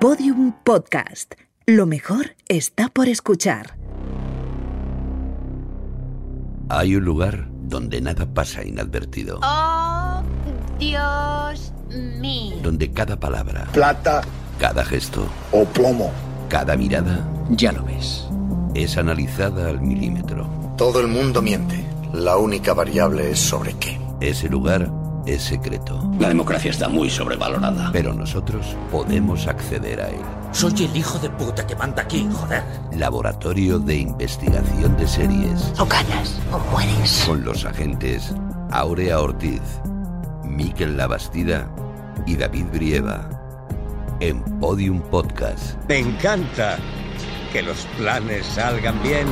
Podium Podcast. Lo mejor está por escuchar. Hay un lugar donde nada pasa inadvertido. ¡Oh, Dios mío! Donde cada palabra, plata cada gesto o plomo. Cada mirada, ya lo ves, es analizada al milímetro. Todo el mundo miente. La única variable es sobre qué. Ese lugar es secreto. La democracia está muy sobrevalorada. Pero nosotros podemos acceder a él. Soy el hijo de puta que manda aquí, joder. Laboratorio de Investigación de Series. O ganas o mueres. Con los agentes Aurea Ortiz, Mikel Labastida y David Brieva. En Podium Podcast. Me encanta que los planes salgan bien.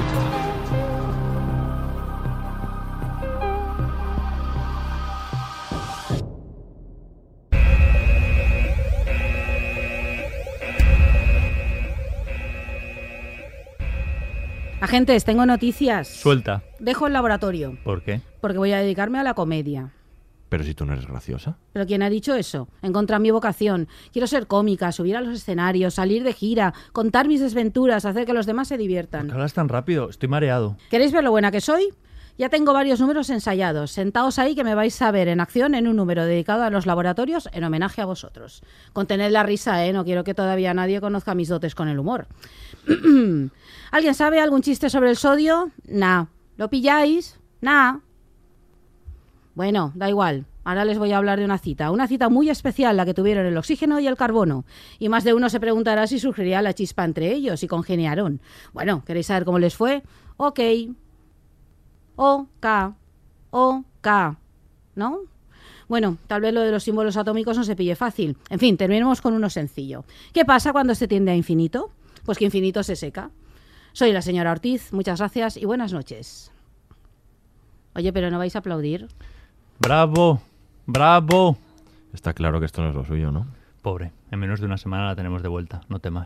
Agentes, tengo noticias. Suelta. Dejo el laboratorio. ¿Por qué? Porque voy a dedicarme a la comedia. Pero si tú no eres graciosa. ¿Pero quién ha dicho eso? Encontrar mi vocación. Quiero ser cómica, subir a los escenarios, salir de gira, contar mis desventuras, hacer que los demás se diviertan. ¿Por qué hablas tan rápido? Estoy mareado. ¿Queréis ver lo buena que soy? Ya tengo varios números ensayados. Sentaos ahí que me vais a ver en acción en un número dedicado a los laboratorios en homenaje a vosotros. Contened la risa, ¿eh? No quiero que todavía nadie conozca mis dotes con el humor. ¿Alguien sabe algún chiste sobre el sodio? Nah. ¿Lo pilláis? Nah. Bueno, da igual. Ahora les voy a hablar de una cita muy especial, la que tuvieron el oxígeno y el carbono. Y más de uno se preguntará si surgiría la chispa entre ellos y congeniaron. Bueno, ¿queréis saber cómo les fue? Ok. O-K. O-K. ¿No? Bueno, tal vez lo de los símbolos atómicos no se pille fácil. En fin, terminemos con uno sencillo. ¿Qué pasa cuando se tiende a infinito? Pues que infinito se seca. Soy la señora Ortiz, muchas gracias y buenas noches. Oye, pero ¿no vais a aplaudir? ¡Bravo! ¡Bravo! Está claro que esto no es lo suyo, ¿no? Pobre, en menos de una semana la tenemos de vuelta, no temas.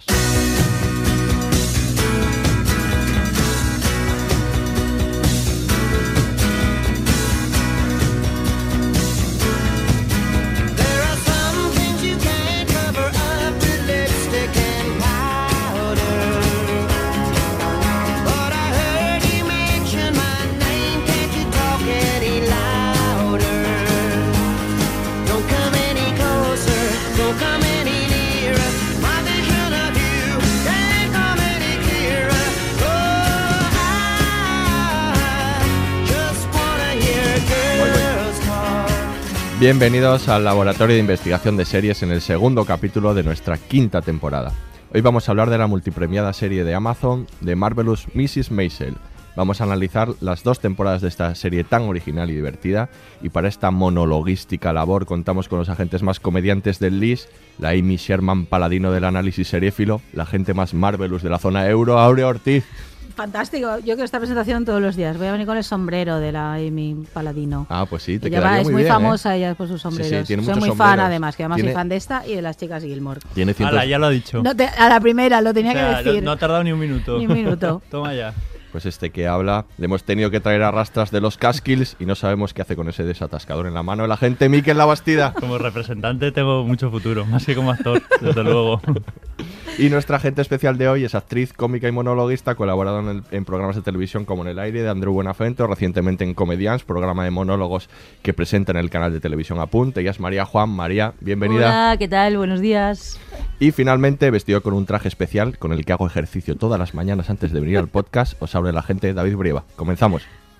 Bienvenidos al Laboratorio de Investigación de Series en el segundo capítulo de nuestra quinta temporada. Hoy vamos a hablar de la multipremiada serie de Amazon, The Marvelous Mrs. Maisel. Vamos a analizar las 2 temporadas de esta serie tan original y divertida, y para esta monologuística labor contamos con los agentes más comediantes del LIS, la Amy Sherman Paladino del análisis seriéfilo, la agente más Marvelous de la zona euro, Aurea Ortiz. Fantástico, yo quiero esta presentación todos los días. Voy a venir con el sombrero de la Amy Paladino. Ah, pues sí, te quedaría muy bien. Es muy famosa ella por sus sombreros. Sí, tiene soy muy sombreros. fan además, que además soy fan de esta y de las chicas Gilmore. Tiene ¡Hala, ya lo ha dicho! No a la primera, lo tenía que decir. No ha tardado ni un minuto. Ni un minuto. Toma ya. Pues este que habla, le hemos tenido que traer a rastras de los Catskills y no sabemos qué hace con ese desatascador en la mano. El agente Mikel Labastida. Como representante tengo mucho futuro, más que como actor, desde luego. Y nuestra agente especial de hoy es actriz, cómica y monologuista, colaborado en programas de televisión como En el aire de Andreu Buenafuente o recientemente en Comedians, programa de monólogos que presenta en el canal de televisión Apunt. Ella es María Juan. María, bienvenida. Hola, ¿qué tal? Buenos días. Y finalmente, vestido con un traje especial con el que hago ejercicio todas las mañanas antes de venir al podcast, os habla el agente David Brieva. Comenzamos.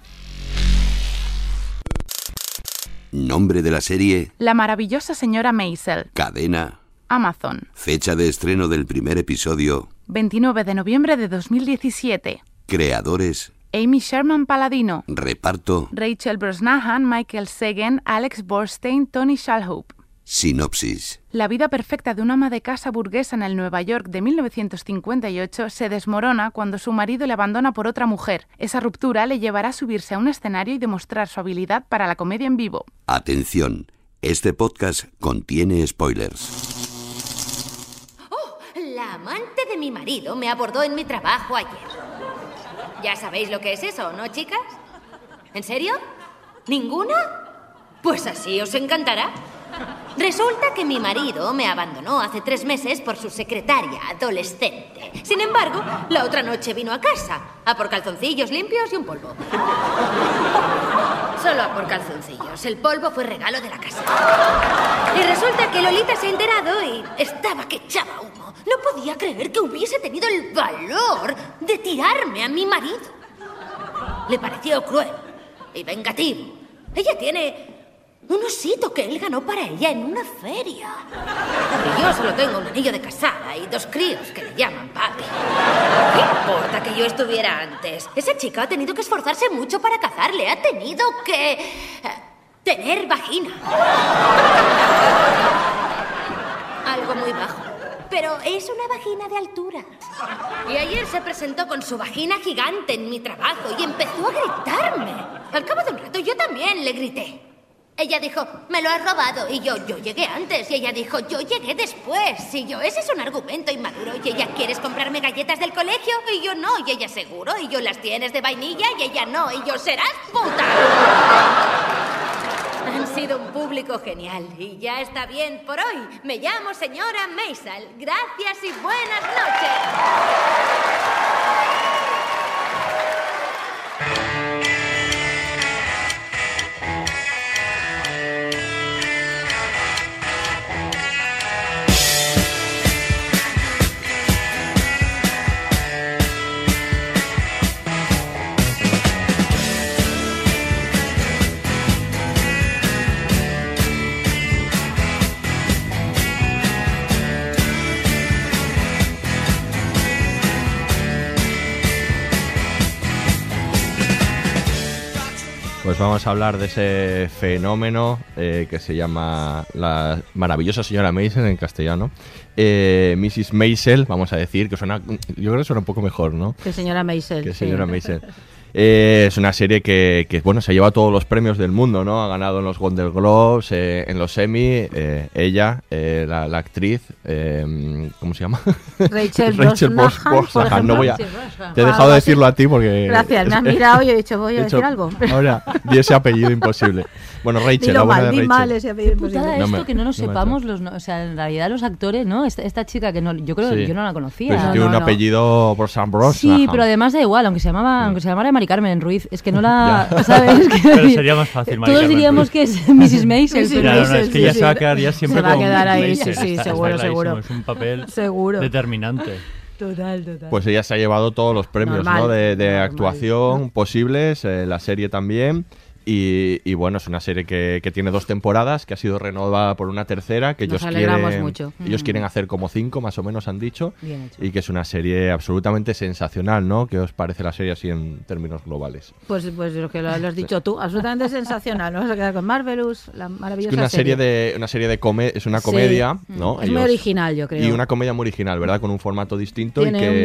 Nombre de la serie: La maravillosa señora Maisel. Cadena: Amazon. Fecha de estreno del primer episodio: 29 de noviembre de 2017. Creadores: Amy Sherman Paladino. Reparto: Rachel Brosnahan, Michael Sagan, Alex Borstein, Tony Shalhoub. Sinopsis: La vida perfecta de una ama de casa burguesa en el Nueva York de 1958 se desmorona cuando su marido le abandona por otra mujer. Esa ruptura le llevará a subirse a un escenario y demostrar su habilidad para la comedia en vivo. Atención, este podcast contiene spoilers. ¡Oh! La amante de mi marido me abordó en mi trabajo ayer. Ya sabéis lo que es eso, ¿no, chicas? ¿En serio? ¿Ninguna? Pues así os encantará. Resulta que mi marido me abandonó hace 3 meses por su secretaria adolescente. Sin embargo, la otra noche vino a casa, a por calzoncillos limpios y un polvo. Solo a por calzoncillos. El polvo fue regalo de la casa. Y resulta que Lolita se ha enterado y estaba que echaba humo. No podía creer que hubiese tenido el valor de tirarme a mi marido. Le pareció cruel y vengativo. Ella tiene un osito que él ganó para ella en una feria. Y yo solo tengo un anillo de casada y 2 críos que le llaman papi. ¿Qué importa que yo estuviera antes? Esa chica ha tenido que esforzarse mucho para cazarle. Ha tenido que tener vagina. Algo muy bajo. Pero es una vagina de altura. Y ayer se presentó con su vagina gigante en mi trabajo y empezó a gritarme. Al cabo de un rato yo también le grité. Ella dijo, me lo has robado. Y yo llegué antes. Y ella dijo, yo llegué después. Y yo, ese es un argumento inmaduro. Y ella, ¿quieres comprarme galletas del colegio? Y yo, no. Y ella, seguro. Y yo, ¿las tienes de vainilla? Y ella, no. Y yo, serás puta. Han sido un público genial. Y ya está bien por hoy. Me llamo señora Maisel. Gracias y buenas noches. Pues vamos a hablar de ese fenómeno que se llama la maravillosa señora Maisel en castellano. Mrs. Maisel, vamos a decir, que suena, yo creo que suena un poco mejor, ¿no? Que señora Maisel. Que señora Maisel. Es una serie que bueno, se lleva todos los premios del mundo, ¿no? Ha ganado en los Golden Globes, en los Emmy, ella, la actriz, ¿cómo se llama? Rachel Brosnahan. No voy a... Te he dejado de decirlo a ti porque... Gracias, me has mirado y he dicho, voy a decir algo. Ahora, di ese apellido imposible. Bueno, Rachel, la buena de Rachel. Mal ese apellido imposible. Esto que no nos sepamos, o sea, en realidad los actores, ¿no? Esta chica que no, yo creo que yo no la conocía. Pues tiene un apellido por San Brosnahan. Sí, pero además da igual, aunque se llamara Mari Carmen Ruiz, es que no la... ¿Sabes? Pero sería más fácil, Mari Todos Carmen diríamos Ruiz. Que es Mrs. Maisel. Claro, no, es que ya se va a quedar ya siempre se va a quedar ahí, Maisel. sí, seguro. Es un papel seguro. determinante. Total. Pues ella se ha llevado todos los premios, normal, ¿no? de actuación posibles, la serie también. Y bueno, es una serie que tiene 2 temporadas, que ha sido renovada por una tercera, que Nos alegramos mucho. Ellos quieren hacer como 5, más o menos han dicho, Bien hecho. y que es una serie absolutamente sensacional, ¿no? ¿Qué os parece la serie así en términos globales? Pues lo que lo has dicho tú, absolutamente sensacional. Nos vamos a quedar con Marvelous, la maravillosa Es que es una comedia, ¿no? Es muy original, yo creo. Y una comedia muy original, ¿verdad? Con un formato distinto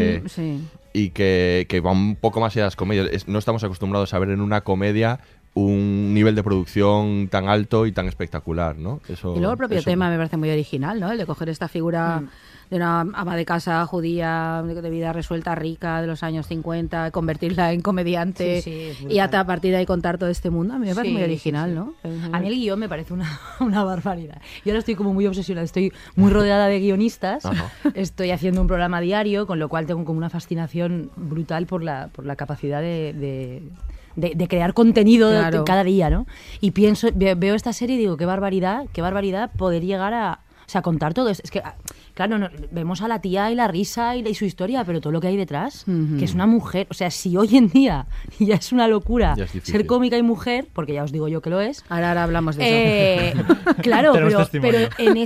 y que va un poco más allá de las comedias. No estamos acostumbrados a ver en una comedia un nivel de producción tan alto y tan espectacular, ¿no? Y luego el propio tema me parece muy original, ¿no? El de coger esta figura de una ama de casa judía de vida resuelta, rica, de los años 50, convertirla en comediante y a partir de ahí contar todo este mundo. A mí me parece muy original, ¿no? A mí el guión me parece una barbaridad. Yo ahora estoy como muy obsesionada, estoy muy rodeada de guionistas, estoy haciendo un programa diario, con lo cual tengo como una fascinación brutal por la capacidad de crear contenido cada día, ¿no? Y veo esta serie y digo, qué barbaridad poder llegar a contar todo esto. Es que, claro, vemos a la tía y la risa y su historia, pero todo lo que hay detrás, que es una mujer, o sea, si hoy en día ya es una locura ser cómica y mujer, porque ya os digo yo que lo es. Ahora hablamos de eso. Claro, pero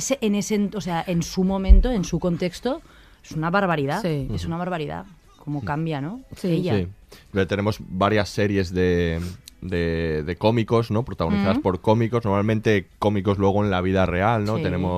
en su momento, en su contexto, es una barbaridad. Sí. Es una barbaridad. Cómo cambia, ¿no? Sí. Ella. Sí. Tenemos varias series de cómicos, ¿no? Protagonizadas por cómicos, normalmente cómicos luego en la vida real, ¿no? Sí. Tenemos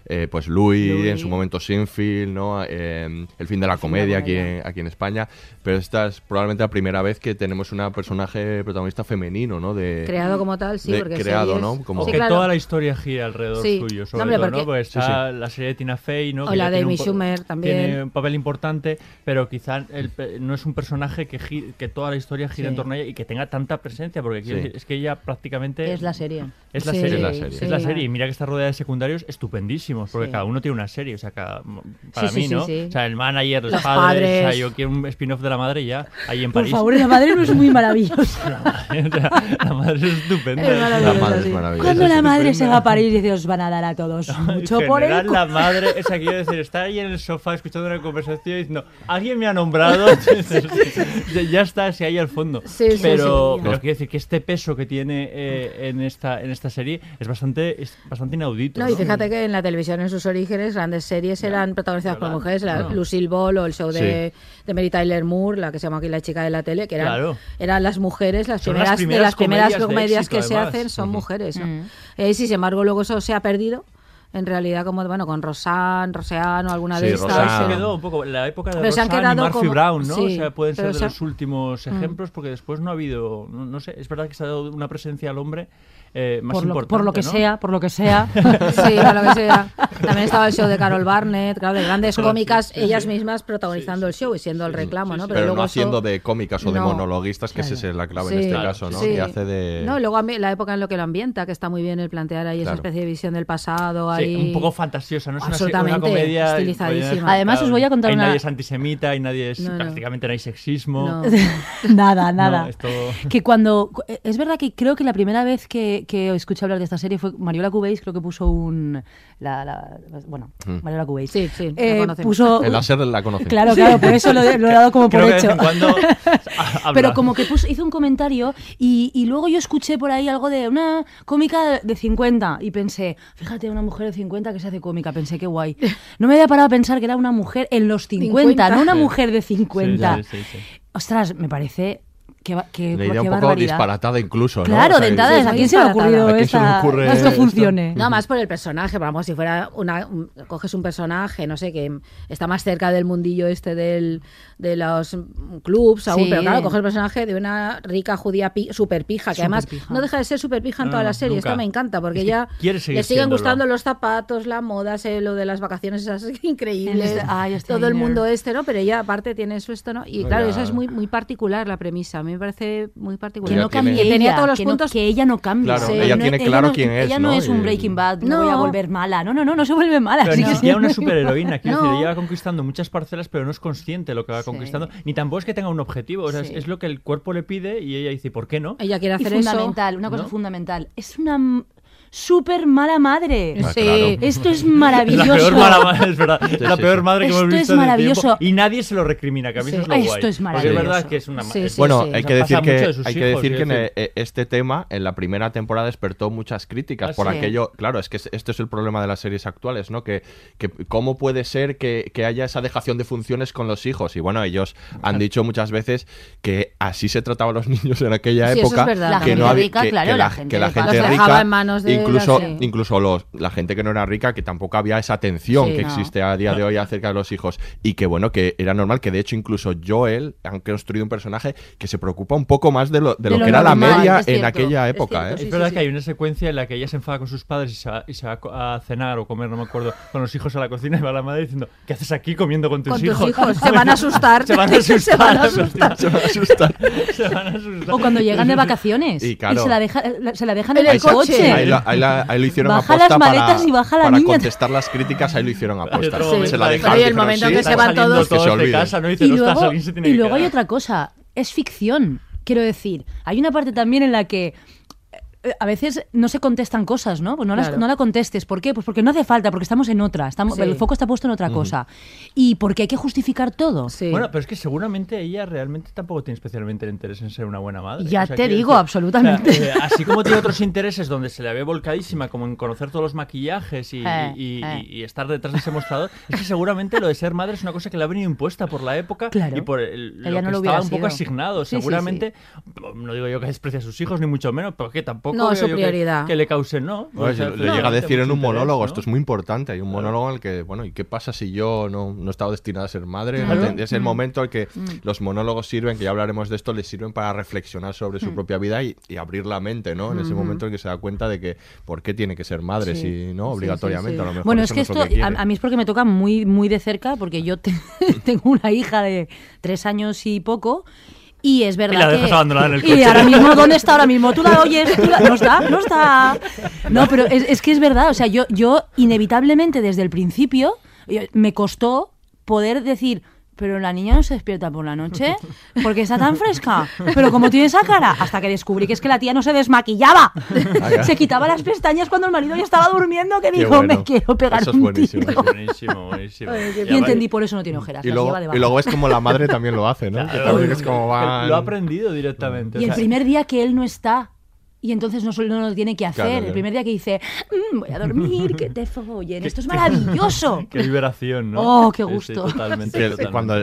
pues Louis, en su momento Sinfield, ¿no? El fin de la comedia aquí en España, pero esta es probablemente la primera vez que tenemos una personaje protagonista femenino, ¿no? Creado como tal, sí, porque creado, series... ¿no? Como... Sí, que claro. toda la historia gira alrededor suyo, sobre todo, ¿no? Porque está la serie de Tina Fey, ¿no? O la de Amy Schumer también. Tiene un papel importante, pero quizá no es un personaje que toda la historia gira en torno a ella y que tenga tanta presencia, porque es que ella prácticamente... Es la serie. Es la serie. Y mira que está rodeada de secundarios estupendísimos, porque cada uno tiene una serie, o sea, para mí, ¿no? O sea, el manager, los padres, o sea, yo quiero un spin-off de la madre y ya, ahí en París. Por favor, la madre no es muy maravillosa. La madre es estupenda. La madre es maravillosa. Cuando la madre se va a París dice, os van a dar a todos mucho por el... La madre, o sea, quiero decir, está ahí en el sofá escuchando una conversación diciendo, alguien me ha nombrado, ya está, si hay al fondo. Pero quiero decir que este peso que tiene en esta serie es bastante inaudito. No, y fíjate que en la televisión en sus orígenes grandes series eran protagonizadas por mujeres, Lucille Ball o el show de Mary Tyler Moore, la que se llama aquí La chica de la tele, que eran las mujeres, las primeras comedias que se hacen son mujeres, ¿no? Sí, sin embargo luego eso se ha perdido. En realidad, como con Roseanne o alguna de estas. Se quedó un poco la época de Roseanne y Murphy Brown, ¿no? O sea, pueden ser de los últimos ejemplos, porque después no ha habido, no sé, es verdad que se ha dado una presencia al hombre más importante, por lo que sea. Sí, por lo que sea. También estaba el show de Carol Barnett, claro, de grandes cómicas, ellas mismas protagonizando el show y siendo el reclamo, ¿no? Pero luego no haciendo de cómicas o de monologuistas, que esa es la clave en este caso, ¿no? Que hace de... No, y luego la época en lo que lo ambienta, que está muy bien el plantear ahí esa especie de visión del pasado. Ahí... un poco fantasiosa, no es una comedia estilizadísima. Además os voy a contar nadie es antisemita y nadie es prácticamente no hay sexismo. Nada. No, que cuando es verdad que creo que la primera vez que escuché hablar de esta serie fue Mariola Cubéis, creo que puso Mariola Cubéis. Sí, puso el láser la conocen. Claro, por eso lo he dado como por hecho. Pero como que hizo un comentario y luego yo escuché por ahí algo de una cómica de 50 y pensé, fíjate, una mujer de 50 que se hace cómica, pensé qué guay. No me había parado a pensar que era una mujer en los 50. No una mujer de 50. Sí. Ostras, me parece... La idea un poco disparatada incluso, ¿no? Claro, de entrada, ¿a quién se le ha ocurrido esto funcione? No, más por el personaje, vamos, si fuera coges un personaje, no sé, que está más cerca del mundillo de los clubs aún, pero claro, coges el personaje de una rica judía super pija, que además no deja de ser super pija en toda la serie. Esto me encanta, porque ella le siguen gustando los zapatos, la moda, lo de las vacaciones esas increíbles, todo el mundo ¿no? Pero ella aparte tiene eso ¿no? Y claro, esa es muy, muy particular la premisa. A mí me parece muy particular. Que no cambie que tenía todos los puntos. Que ella no cambie. Claro, ella tiene claro quién es. Ella no es un Breaking Bad, no voy a volver mala. No se vuelve mala. Pero ni siquiera una superheroína. Quiero decir, ella va conquistando muchas parcelas, pero no es consciente de lo que va conquistando. Ni tampoco es que tenga un objetivo. O sea, es lo que el cuerpo le pide y ella dice, ¿por qué no? Ella quiere hacer fundamental, una cosa fundamental. Es una... súper mala madre. Claro. Esto es maravilloso. La peor mala madre, es verdad. La peor madre que hemos visto. Esto es maravilloso. Y nadie se lo recrimina, que a mí eso es lo guay. Esto es maravilloso. Porque es verdad que es una Bueno, hay que decir que este tema en la primera temporada despertó muchas críticas por aquello. Claro, es que esto es el problema de las series actuales, ¿no? Que cómo puede ser que haya esa dejación de funciones con los hijos. Y bueno, ellos han dicho muchas veces que así se trataban a los niños en aquella época. Eso es verdad. Que no había la gente rica en manos de incluso la gente que no era rica, que tampoco había esa atención que existe a día de hoy acerca de los hijos, y que bueno, que era normal, que de hecho incluso Joel han construido un personaje que se preocupa un poco más de lo que era la media en aquella época. Es verdad que hay una secuencia en la que ella se enfada con sus padres y se va a cenar o comer, no me acuerdo, con los hijos a la cocina, y va la madre diciendo, ¿qué haces aquí comiendo con tus hijos? Se van a asustar. Se van a asustar. O cuando llegan de vacaciones y se la dejan en el coche. Ahí lo hicieron baja aposta las maletas y baja la para niña. Contestar las críticas, ahí lo hicieron aposta. Se la dejaron. Y el momento en que se van todos de casa, ¿no? Y luego hay otra cosa, es ficción. Quiero decir, hay una parte también en la que a veces no se contestan cosas, ¿no? Pues no la contestes. ¿Por qué? Pues porque no hace falta, porque estamos en otra. El foco está puesto en otra cosa. Y porque hay que justificar todo. Sí. Bueno, pero es que seguramente ella realmente tampoco tiene especialmente el interés en ser una buena madre. Ya te digo, absolutamente. O sea, así como tiene otros intereses donde se le ve volcadísima, como en conocer todos los maquillajes y estar detrás de ese mostrador, es que seguramente lo de ser madre es una cosa que le ha venido impuesta por la época y por lo que estaba un poco asignado. Seguramente, no digo yo que desprecie a sus hijos, ni mucho menos, pero que tampoco No es su prioridad. Que le causen, ¿no? Pues lo llega a decir en un monólogo, ¿no? Esto es muy importante. Hay un monólogo en el que, bueno, ¿y qué pasa si yo no he estado destinada a ser madre? Es el momento en que los monólogos sirven, que ya hablaremos de esto, les sirven para reflexionar sobre su propia vida y abrir la mente, ¿no? En ese momento en que se da cuenta de que por qué tiene que ser madre, si no obligatoriamente. A lo mejor bueno, es que esto a mí es porque me toca muy, muy de cerca, porque yo tengo una hija de 3 años y poco. Y es verdad y la dejas abandonada en el coche. Y ahora mismo, ¿dónde está ahora mismo? ¿Tú la oyes? ¿No está? No, pero es que es verdad. O sea, yo inevitablemente desde el principio me costó poder decir... Pero la niña no se despierta por la noche porque está tan fresca. Pero como tiene esa cara, hasta que descubrí que es que la tía no se desmaquillaba. Se quitaba las pestañas cuando el marido ya estaba durmiendo, que dijo, me quiero pegar eso un tiro. Buenísimo. Y entendí, por eso no tiene ojeras. Y luego es como la madre también lo hace, ¿no? Claro, que es como van... Lo ha aprendido directamente. Y el primer día que él no está... Y entonces no lo tiene que hacer. Claro. El primer día que dice, voy a dormir, que te follen. Esto es maravilloso. Qué liberación, ¿no? Oh, qué gusto. Sí, totalmente. Cuando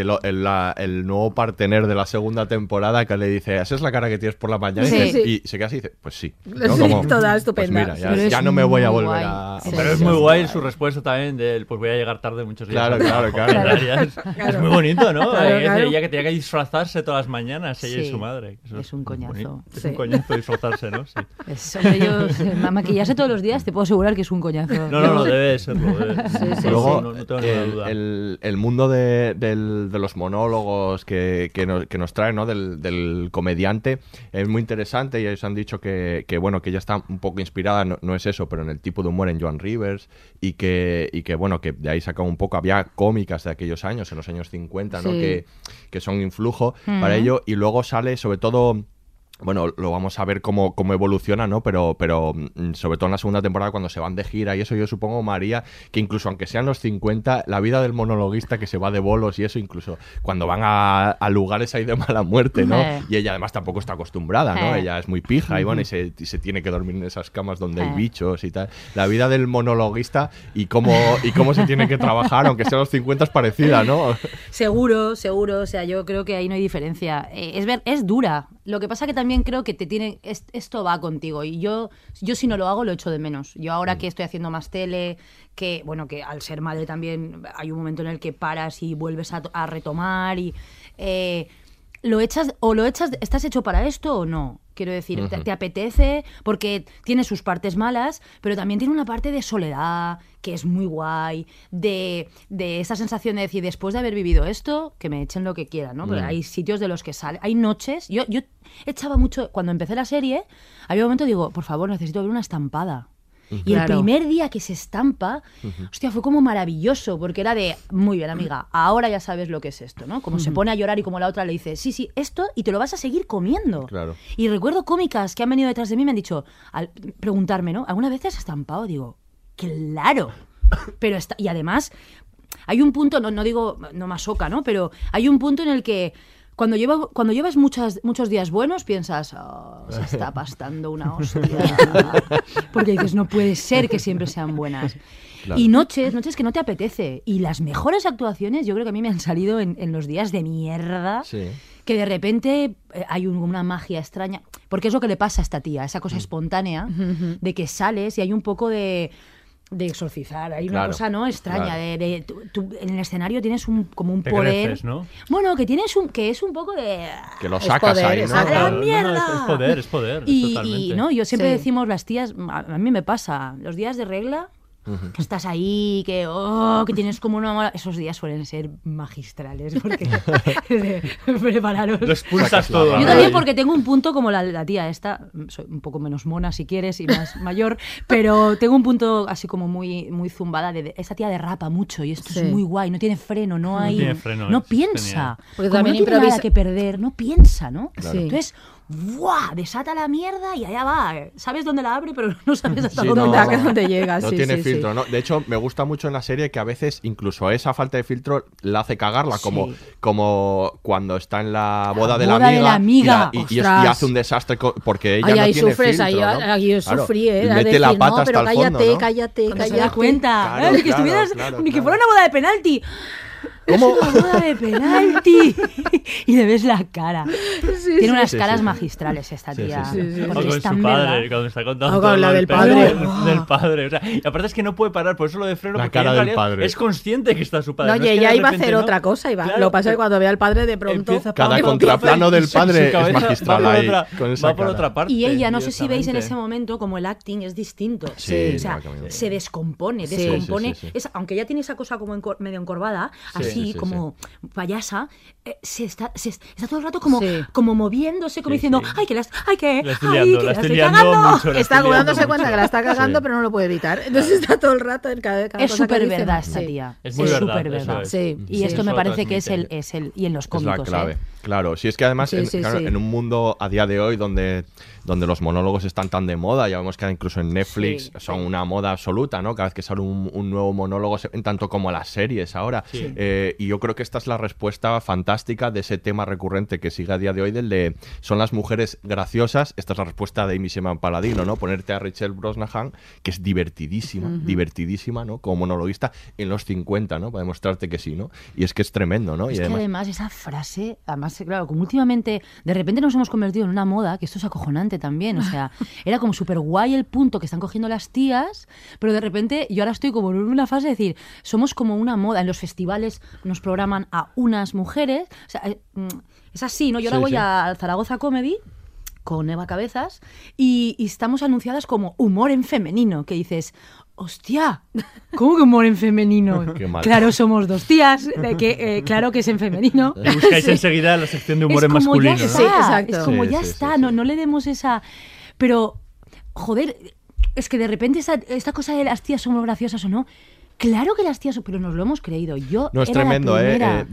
el nuevo partener de la segunda temporada que le dice, esa es la cara que tienes por la mañana. Y se queda así y dice, pues sí. ¿No? Como, toda estupenda. Pues mira, ya no me voy a volver guay. a... Pero es muy guay su respuesta también de él, pues voy a llegar tarde muchos días. Claro. Es muy bonito, ¿no? Claro. Ella que tenía que disfrazarse todas las mañanas, ella y su madre. Eso es un coñazo. Es un coñazo disfrazarse, ¿no? Sí. Maquillarse todos los días te puedo asegurar que es un coñazo. No, debe serlo. Luego, no tengo ninguna duda. El mundo de los monólogos que nos trae, ¿no? Del comediante es muy interesante y ellos han dicho que bueno, que ella está un poco inspirada, no es eso, pero en el tipo de humor en Joan Rivers y que bueno, que de ahí saca un poco, había cómicas de aquellos años, en los años 50, ¿no? Que son influjo para ello, y luego sale sobre todo... Bueno, lo vamos a ver cómo evoluciona, ¿no? Pero sobre todo en la segunda temporada, cuando se van de gira y eso, yo supongo, María, que incluso aunque sean los 50, la vida del monologuista que se va de bolos y eso, incluso cuando van a lugares ahí de mala muerte, ¿no? Y ella además tampoco está acostumbrada, ¿no? Ella es muy pija y bueno, y se tiene que dormir en esas camas donde hay bichos y tal. La vida del monologuista y cómo se tiene que trabajar, aunque sean los 50, es parecida, ¿no? Seguro. O sea, yo creo que ahí no hay diferencia. Es dura. Lo que pasa que también creo que esto va contigo y yo si no lo hago lo echo de menos. Yo ahora que estoy haciendo más tele, que bueno, que al ser madre también hay un momento en el que paras y vuelves a retomar y lo echas, ¿estás hecho para esto o no? Quiero decir, te apetece porque tiene sus partes malas, pero también tiene una parte de soledad que es muy guay, de esa sensación de decir, después de haber vivido esto, que me echen lo que quieran, ¿no? Porque hay sitios de los que sale, hay noches, yo echaba mucho, cuando empecé la serie, había un momento digo, por favor, necesito ver una estampada. Y el primer día que se estampa, hostia, fue como maravilloso, porque era de, muy bien, amiga, ahora ya sabes lo que es esto, ¿no? Como se pone a llorar y como la otra le dice, sí, esto, y te lo vas a seguir comiendo. Claro. Y recuerdo cómicas que han venido detrás de mí, me han dicho, al preguntarme, ¿no? ¿Alguna vez te has estampado? Digo, claro. Pero y además, hay un punto, no digo, no masoca, ¿no? Pero hay un punto en el que cuando llevas muchos días buenos, piensas, se está pastando una hostia. Porque dices, no puede ser que siempre sean buenas. Claro. Y noches que no te apetece. Y las mejores actuaciones, yo creo que a mí me han salido en los días de mierda. Sí. Que de repente hay una magia extraña. Porque es lo que le pasa a esta tía, esa cosa espontánea de que sales y hay un poco de exorcizar, hay una cosa no extraña, tú en el escenario tienes como un poder, creces, ¿no? Bueno, que es un poco de que lo sacas poder, ahí, ¿no? ¡La mierda! Es poder, y no, yo siempre decimos las tías, a mí me pasa, los días de regla, que estás ahí, que tienes como una... Esos días suelen ser magistrales, porque prepararos. Lo expulsas todo. Yo también porque tengo un punto como la tía esta, soy un poco menos mona si quieres y más mayor, pero tengo un punto así como muy, muy zumbada de esa tía derrapa mucho y esto es muy guay, no tiene freno, no piensa. Porque como también no tiene nada que perder, no piensa, ¿no? Claro. Entonces... ¡buah! Desata la mierda y allá va. Sabes dónde la abre, pero no sabes hasta dónde llega. No tiene filtro, ¿no? De hecho, me gusta mucho en la serie que a veces incluso esa falta de filtro la hace cagarla, como cuando está en la boda de la amiga y hace un desastre porque ella no tiene sufres, filtro, ¿no? Ahí sufrí, y mete la pata hasta el fondo, ¿no? cállate. Se da cuenta. Ni que fuera una boda de penalti. ¿Cómo? ¡Es una boda de penalti! Y le ves la cara. Tiene unas caras magistrales esta tía. O con su padre, cuando está contando. O con la del padre. Del padre. O sea, y aparte es que no puede parar, por eso lo de freno, la porque cara en del realidad padre. es consciente que está su padre. No, y ella iba a hacer otra cosa. Claro, lo que pasa es que cuando ve al padre, de pronto. Cada contraplano del padre es magistral ahí. Va por otra parte. Y ella, no sé si veis en ese momento, como el acting es distinto. O sea, se descompone. Aunque ella tiene esa cosa como medio encorvada, así como payasa, está todo el rato como moviéndose, como diciendo, ¡ay, que la estoy cagando! Está dándose cuenta que la está cagando, pero no lo puede evitar. Entonces está todo el rato en cada cosa. Es súper verdad esta tía. Es muy verdad. Y esto me parece que es el y en los cómicos. Es la clave. Claro, si es que además en un mundo a día de hoy donde los monólogos están tan de moda, ya vemos que incluso en Netflix son una moda absoluta, ¿no? Cada vez que sale un nuevo monólogo, en tanto como las series ahora. Y yo creo que esta es la respuesta fantástica de ese tema recurrente que sigue a día de hoy, del de son las mujeres graciosas. Esta es la respuesta de Amy Sherman Paladino, ¿no? Ponerte a Rachel Brosnahan, que es divertidísima, ¿no? Como monologuista en los 50, ¿no? Para demostrarte que sí, ¿no? Y es que es tremendo, ¿no? Es y que además esa frase, claro, como últimamente, de repente nos hemos convertido en una moda, que esto es acojonante también, o sea, era como súper guay el punto que están cogiendo las tías, pero de repente yo ahora estoy como en una fase de decir, somos como una moda, en los festivales nos programan a unas mujeres, o sea, es así, ¿no? Yo ahora voy al Zaragoza Comedy con Eva Cabezas y estamos anunciadas como humor en femenino, que dices, ¡hostia! ¿Cómo que humor en femenino? Claro, somos dos tías, claro que es en femenino. Y buscáis enseguida la sección de humor en masculino. Ya está, es como ya está, no le demos esa... Pero, joder, es que de repente esta cosa de las tías somos graciosas o no... Claro que las tías, pero nos lo hemos creído. Yo no es era tremendo, la primera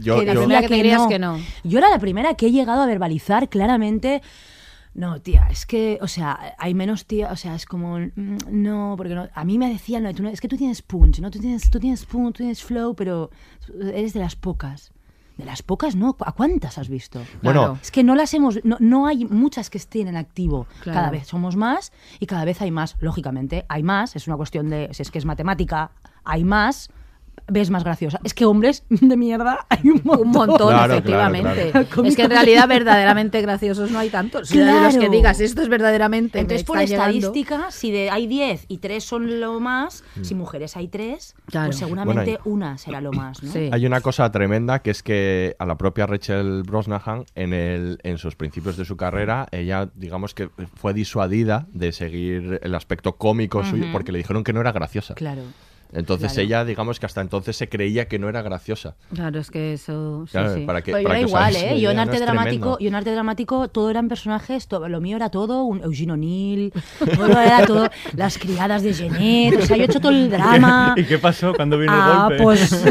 que no. Yo era la primera que he llegado a verbalizar claramente. No, tía, es que, o sea, hay menos tía, o sea, es como, no, porque no, a mí me decían, no, es que tú tienes punch, ¿no? Tú tienes punch, tú tienes flow, pero eres de las pocas. De las pocas, ¿no? ¿A cuántas has visto? Bueno, claro. Es que no las hemos, no hay muchas que estén en activo. Claro. Cada vez somos más y cada vez hay más. Lógicamente, hay más, es una cuestión de, si es que es matemática, hay más. Ves más graciosa. Es que hombres de mierda hay un montón, claro, efectivamente. Claro. Es que en realidad verdaderamente graciosos no hay tantos. Claro. Los que digas, esto es verdaderamente. Entonces, por estadística, si hay 10 y 3 son lo más, si mujeres hay 3, pues seguramente una será lo más, ¿no? Sí. Hay una cosa tremenda, que es que a la propia Rachel Brosnahan, en sus principios de su carrera, ella, digamos que fue disuadida de seguir el aspecto cómico suyo, porque le dijeron que no era graciosa. Claro. Entonces ella, digamos que hasta entonces se creía que no era graciosa. Claro, es que eso... Claro, sí. Para que, pero para yo que era igual, Yo en arte no dramático todo eran personajes, lo mío era todo un Eugene O'Neill, todo era todo las criadas de Genet, o sea, yo he hecho todo el drama. ¿Y qué pasó cuando vino el golpe? Pues...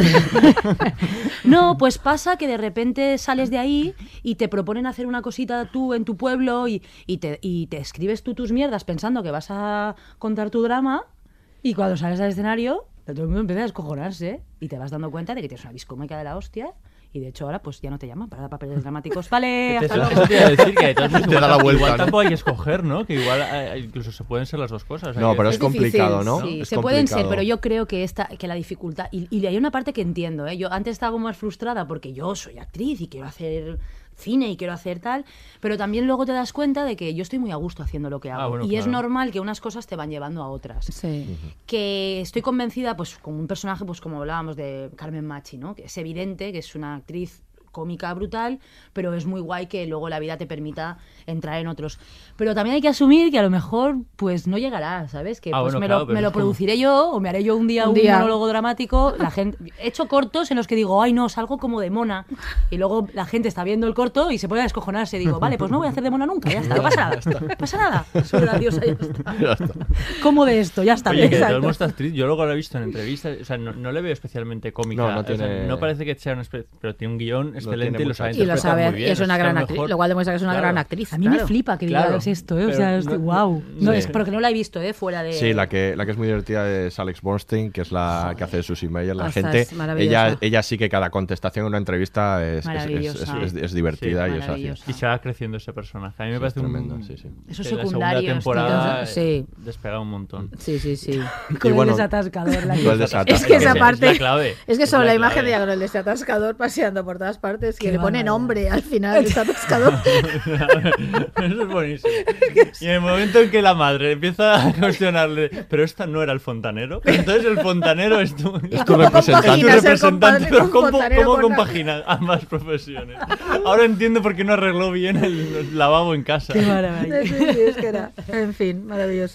No, pues pasa que de repente sales de ahí y te proponen hacer una cosita tú en tu pueblo y te escribes tú tus mierdas pensando que vas a contar tu drama y cuando sales al escenario... Todo el mundo empieza a descojonarse y te vas dando cuenta de que tienes una viscómica de la hostia y de hecho ahora pues ya no te llaman para dar papeles dramáticos. Vale, hasta luego. Eso te iba a decir que entonces te da la vuelta, igual tampoco hay que escoger, ¿no? Que igual incluso se pueden ser las dos cosas. No, pero es complicado, difícil, ¿no? Sí, es se complicado. pueden ser, pero yo creo que la dificultad... Y hay una parte que entiendo, ¿eh? Yo antes estaba como más frustrada porque yo soy actriz y quiero hacer... cine y quiero hacer tal, pero también luego te das cuenta de que yo estoy muy a gusto haciendo lo que hago y es normal que unas cosas te van llevando a otras. Sí. Que estoy convencida, pues como un personaje, pues como hablábamos de Carmen Machi, ¿no? Que es evidente que es una actriz cómica brutal, pero es muy guay que luego la vida te permita entrar en otros. Pero también hay que asumir que a lo mejor pues no llegará, ¿sabes? Que pues me lo produciré yo o me haré yo un día un monólogo dramático. La gente, he hecho cortos en los que digo, ay no, salgo como de mona y luego la gente está viendo el corto y se pone a descojonarse. Digo, vale, pues no voy a hacer de mona nunca, ya está, no pasa nada. No pasa nada. Soy graciosa, ya está. ¿Cómo de esto? Ya está. Oye, que todo el mundo está actriz. Yo luego lo he visto en entrevistas, o sea, no le veo especialmente cómica. No tiene... o sea, no parece que sea pero tiene un guión excelente y lo sabe interpretar muy bien. Y es una gran actriz, lo cual demuestra que es una gran actriz. A mí me flipa que digas esto, o sea, wow. No, es porque no la he visto, fuera de... Sí, la que es muy divertida es Alex Borstein, que es la que hace de Susie Meyer. La gente, ella sí que cada contestación en una entrevista es divertida y se va creciendo ese personaje. A mí me parece tremendo, Esos secundarios. La temporada despega un montón. Sí. Con el desatascador. Es que esa parte... Es que sobre la imagen de el desatascador paseando por todas partes, que le pone nombre al final del desatascador. Eso es buenísimo. Y en el momento en que la madre empieza a cuestionarle, pero esta no era el fontanero, entonces el fontanero es tu representante. Pero ¿cómo compagina ambas profesiones? Ahora entiendo por qué no arregló bien el lavabo en casa. Qué maravilla. Sí, es que era. En fin, maravilloso.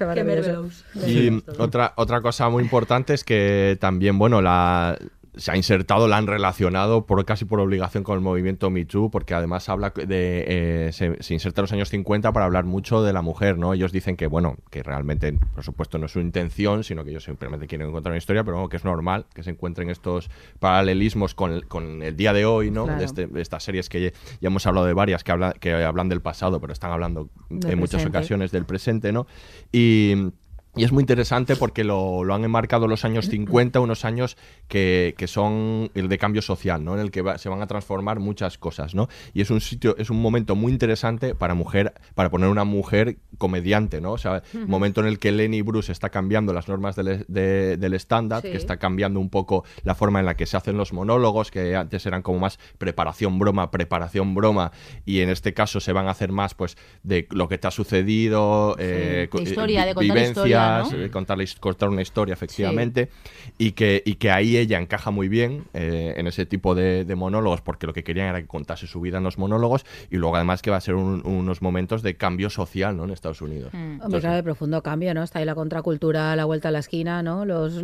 Y otra cosa muy importante es que también, se ha insertado, la han relacionado casi por obligación con el movimiento Me Too, porque además habla se inserta en los años 50 para hablar mucho de la mujer, ¿no? Ellos dicen que realmente, por supuesto, no es su intención, sino que ellos simplemente quieren encontrar una historia, pero que es normal que se encuentren estos paralelismos con el día de hoy, ¿no? Claro. De estas series que ya hemos hablado de varias que hablan del pasado, pero están hablando en muchas ocasiones del presente, ¿no? Y es muy interesante porque lo han enmarcado los años 50, unos años que son el de cambio social, ¿no? En el que se van a transformar muchas cosas, ¿no? Y es un momento muy interesante para poner una mujer comediante, ¿no? O sea, un momento en el que Lenny Bruce está cambiando las normas del stand-up, que está cambiando un poco la forma en la que se hacen los monólogos, que antes eran como más preparación broma, y en este caso se van a hacer más pues de lo que te ha sucedido, historia, de contar vivencias, historia, ¿no? Contar una historia, efectivamente, y que ahí ella encaja muy bien en ese tipo de monólogos, porque lo que querían era que contase su vida en los monólogos, y luego además que va a ser unos momentos de cambio social, ¿no? En Estados Unidos. Hombre, claro, de profundo cambio, ¿no? Está ahí la contracultura a la vuelta a la esquina, ¿no?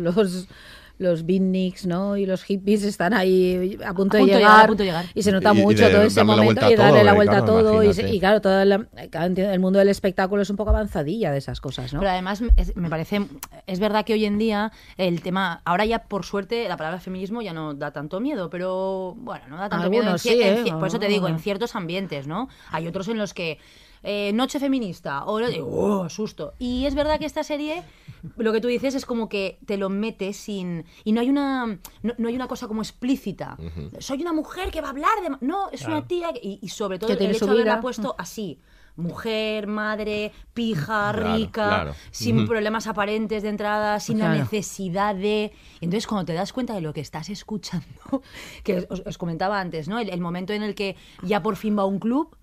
Los beatniks, ¿no? Y los hippies están ahí a punto de llegar. Y se nota mucho todo ese momento y darle la vuelta a todo. Y claro, todo el mundo del espectáculo es un poco avanzadilla de esas cosas, ¿no? Pero además me parece, es verdad que hoy en día el tema, ahora ya por suerte la palabra feminismo ya no da tanto miedo, pero bueno, no da tanto miedo. Por eso te digo, en ciertos ambientes, ¿no? Hay otros en los que noche feminista, susto. Y es verdad que esta serie, lo que tú dices es como que te lo metes sin... Y no hay una cosa como explícita. Soy una mujer que va a hablar de... No, es una tía... Y sobre todo el hecho de haberla puesto así. Mujer, madre, pija, rica, sin problemas aparentes de entrada, sin la necesidad de... Entonces, cuando te das cuenta de lo que estás escuchando, que os comentaba antes, ¿no? El momento en el que ya por fin va a un club...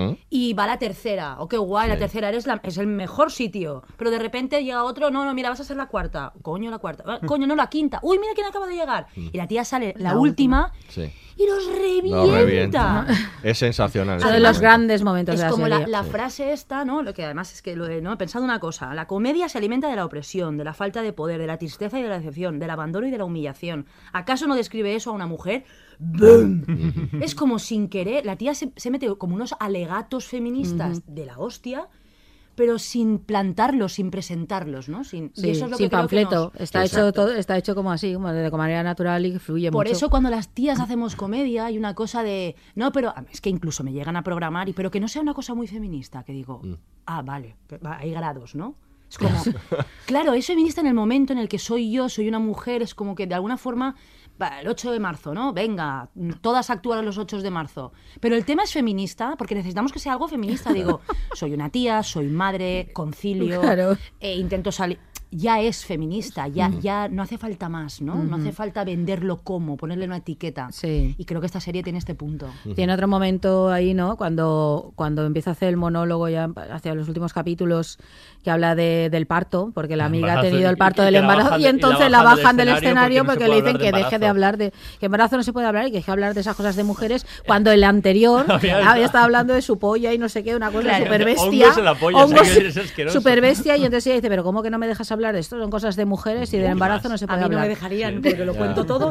Y va la tercera, qué guay, la tercera es el mejor sitio, pero de repente llega otro, no, mira, vas a ser la cuarta, coño, la cuarta, coño, no, la quinta, uy, mira quién acaba de llegar, y la tía sale la última. Y los revienta. Es sensacional. Uno de los grandes momentos de la serie. Es como la frase esta, ¿no? Lo que además es que he pensado una cosa. La comedia se alimenta de la opresión, de la falta de poder, de la tristeza y de la decepción, del abandono y de la humillación. ¿Acaso no describe eso a una mujer? ¡Bum! Es como sin querer. La tía se mete como unos alegatos feministas de la hostia, pero sin plantarlos, sin presentarlos, ¿no? Y eso es lo sin que panfleto. Está hecho como así, como de manera natural y fluye mucho. Por eso cuando las tías hacemos comedia hay una cosa de... No, pero es que incluso me llegan a programar, pero que no sea una cosa muy feminista, que digo, vale, hay grados, ¿no? Es como... Claro, es feminista en el momento en el que soy una mujer, es como que de alguna forma... El 8 de marzo, ¿no? Venga, todas actúan los 8 de marzo. Pero el tema es feminista, porque necesitamos que sea algo feminista. Digo, soy una tía, soy madre, concilio, intento salir... Ya es feminista, ya no hace falta más, ¿no? No hace falta venderlo como, ponerle una etiqueta. Sí. Y creo que esta serie tiene este punto. Tiene otro momento ahí, ¿no? Cuando empieza a hacer el monólogo ya hacia los últimos capítulos, que habla del parto, porque la amiga ha tenido el parto del embarazo y entonces la bajan del escenario porque le dicen que deje de hablar que embarazo no se puede hablar y que deje de hablar de esas cosas de mujeres, cuando el anterior había estado hablando de su polla y no sé qué, una cosa súper bestia. Hongos en la polla, súper bestia, y entonces ella dice, pero ¿cómo que no me dejas hablar hablar de esto, son cosas de mujeres y del embarazo no se puede hablar. A mí no me dejarían porque lo cuento todo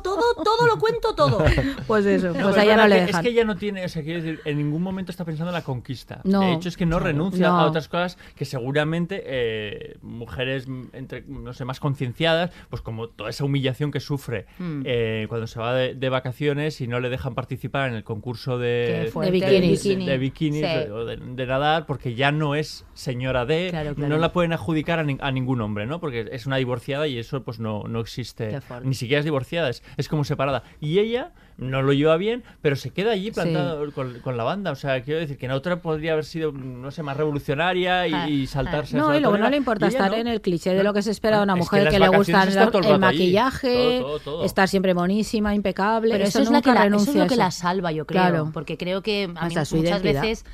lo cuento todo. Pues eso, pues a ella no le dejan. Es que ella no tiene, o sea, quiero decir, en ningún momento está pensando en la conquista. No. De hecho, es que no renuncia a otras cosas que seguramente mujeres, no sé, más concienciadas, pues como toda esa humillación que sufre cuando se va de vacaciones y no le dejan participar en el concurso de bikinis o de nadar, porque ya no es señora de, claro. No la pueden adjudicar a ningún hombre, ¿no? Porque es una divorciada y eso pues no existe. Ni siquiera es divorciada, es como separada. Y ella no lo lleva bien, pero se queda allí plantado con la banda. O sea, quiero decir que en otra podría haber sido, no sé, más revolucionaria y saltarse. No, y luego no le importa estar en el cliché de lo que se espera de una mujer que le gusta el maquillaje, todo. Estar siempre monísima, impecable. Pero eso es lo que la salva, yo creo. Claro. Porque creo que a mí muchas veces...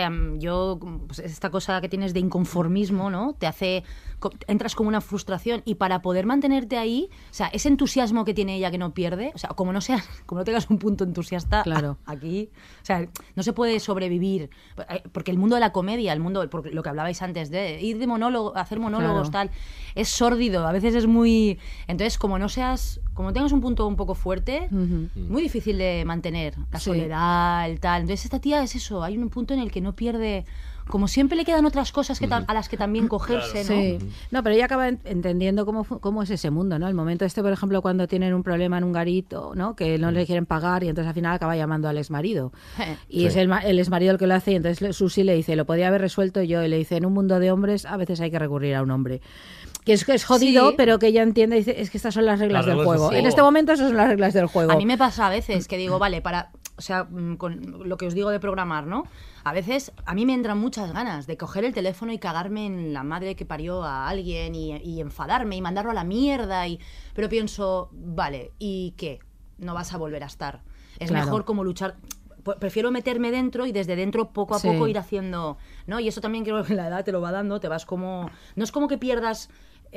pues esta cosa que tienes de inconformismo, ¿no? Te hace... Entras como una frustración y para poder mantenerte ahí, o sea, ese entusiasmo que tiene ella que no pierde, o sea, como no tengas un punto entusiasta aquí, o sea, no se puede sobrevivir, porque el mundo de la comedia, porque lo que hablabais antes de ir de monólogo, hacer monólogos, tal, es sórdido, a veces es muy... Entonces, como tengas un punto un poco fuerte, muy difícil de mantener, la soledad, el tal. Entonces, esta tía es eso, hay un punto en el que no pierde... Como siempre le quedan otras cosas a las que también cogerse, ¿no? Sí. No, pero ella acaba entendiendo cómo es ese mundo, ¿no? El momento por ejemplo, cuando tienen un problema en un garito, ¿no? Que no le quieren pagar y entonces al final acaba llamando al exmarido. Y es el exmarido el que lo hace y entonces Susi le dice, lo podía haber resuelto yo. Y le dice, en un mundo de hombres a veces hay que recurrir a un hombre. Que es jodido, pero que ella entiende y dice, es que estas son las reglas del juego. En este momento esas son las reglas del juego. A mí me pasa a veces que digo, vale, o sea, con lo que os digo de programar, ¿no? A veces a mí me entran muchas ganas de coger el teléfono y cagarme en la madre que parió a alguien y enfadarme y mandarlo a la mierda. Pero pienso, vale, ¿y qué? No vas a volver a estar. Es mejor como luchar... Prefiero meterme dentro y desde dentro poco a poco ir haciendo... ¿no? Y eso también creo que la edad te lo va dando, te vas como... No es como que pierdas...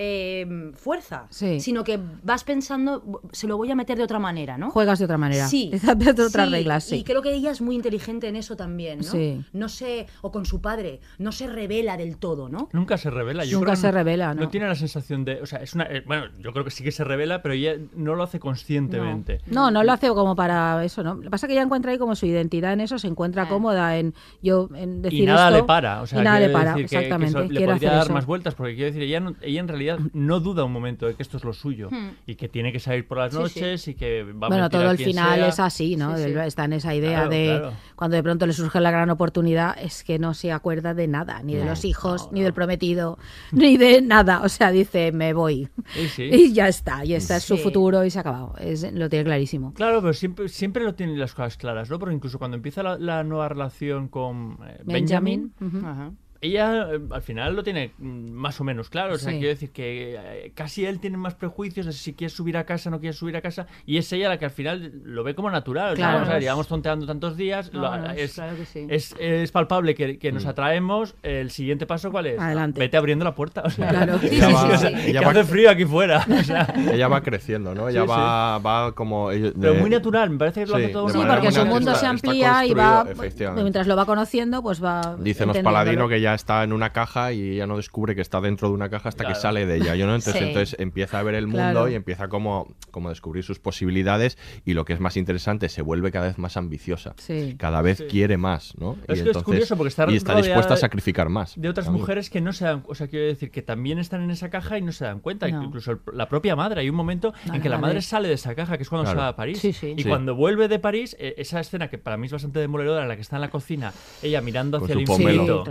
fuerza, sino que vas pensando, se lo voy a meter de otra manera, ¿no? Juegas de otra manera. Sí. De otras reglas, Y creo que ella es muy inteligente en eso también, ¿no? Sí. No se, o con su padre, no se revela del todo, ¿no? Nunca se revela. Nunca se revela, ¿no? No tiene la sensación de... O sea, es una... bueno, yo creo que sí que se revela, pero ella no lo hace conscientemente. No lo hace como para eso, ¿no? Lo que pasa es que ella encuentra ahí como su identidad en eso, se encuentra cómoda en decir y nada esto. Le para. O sea, y nada le para, exactamente. Que le podría dar más vueltas, porque quiero decir, ella en realidad no duda un momento de que esto es lo suyo y que tiene que salir por las noches y que va a bueno, todo el final sea. Es así, ¿no? Está en esa idea cuando de pronto le surge la gran oportunidad, es que no se acuerda de nada, ni de los hijos, ni del prometido, ni de nada. O sea, dice, me voy. Y ya está, y este es su futuro y se ha acabado. Lo tiene clarísimo. Claro, pero siempre lo tiene las cosas claras, ¿no? Porque incluso cuando empieza la nueva relación con Benjamin. Ella al final lo tiene más o menos claro, o sea, quiero decir que casi él tiene más prejuicios de si quiere subir a casa, no quiere subir a casa, y es ella la que al final lo ve como natural, claro, o sea, llevamos tonteando tantos días, claro que sí. es palpable que nos atraemos, el siguiente paso ¿cuál es? Adelante. Vete abriendo la puerta, o sea, claro. Que hace frío aquí fuera, o sea. Ella va creciendo, ¿no? Ella va como... Pero muy natural, me parece que lo hace todo sí, porque su mundo se amplía y va, mientras lo va conociendo, pues va... Dicen los Paladino que ya está en una caja y ella no descubre que está dentro de una caja hasta que sale de ella, ¿no? Entonces empieza a ver el mundo y empieza como a descubrir sus posibilidades, y lo que es más interesante, se vuelve cada vez más ambiciosa, cada vez quiere más, ¿no? Es que es curioso porque está dispuesta a sacrificar más de otras mujeres que no se dan, o sea, quiero decir que también están en esa caja y no se dan cuenta, incluso la propia madre, hay un momento en que la madre sale de esa caja, que es cuando se va a París, y cuando vuelve de París, esa escena que para mí es bastante demoledora, en la que está en la cocina ella mirando hacia el infinito,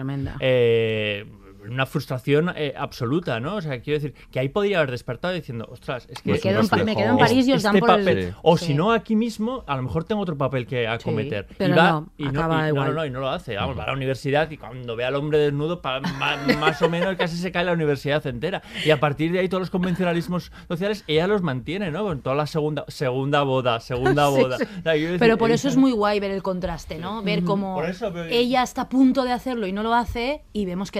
una frustración absoluta, ¿no? O sea, quiero decir que ahí podría haber despertado diciendo, ostras, es que me quedo en París y os dan por papel. O si no, aquí mismo, a lo mejor tengo otro papel que acometer. Pero acaba igual. Y no lo hace. Vamos, va a la universidad y cuando ve al hombre desnudo, más o menos casi se cae la universidad entera. Y a partir de ahí, todos los convencionalismos sociales, ella los mantiene, ¿no? Con toda la segunda boda. Pero por eso es muy guay ver el contraste, ¿no? Ver cómo ella está a punto de hacerlo y no lo hace, y vemos que la hija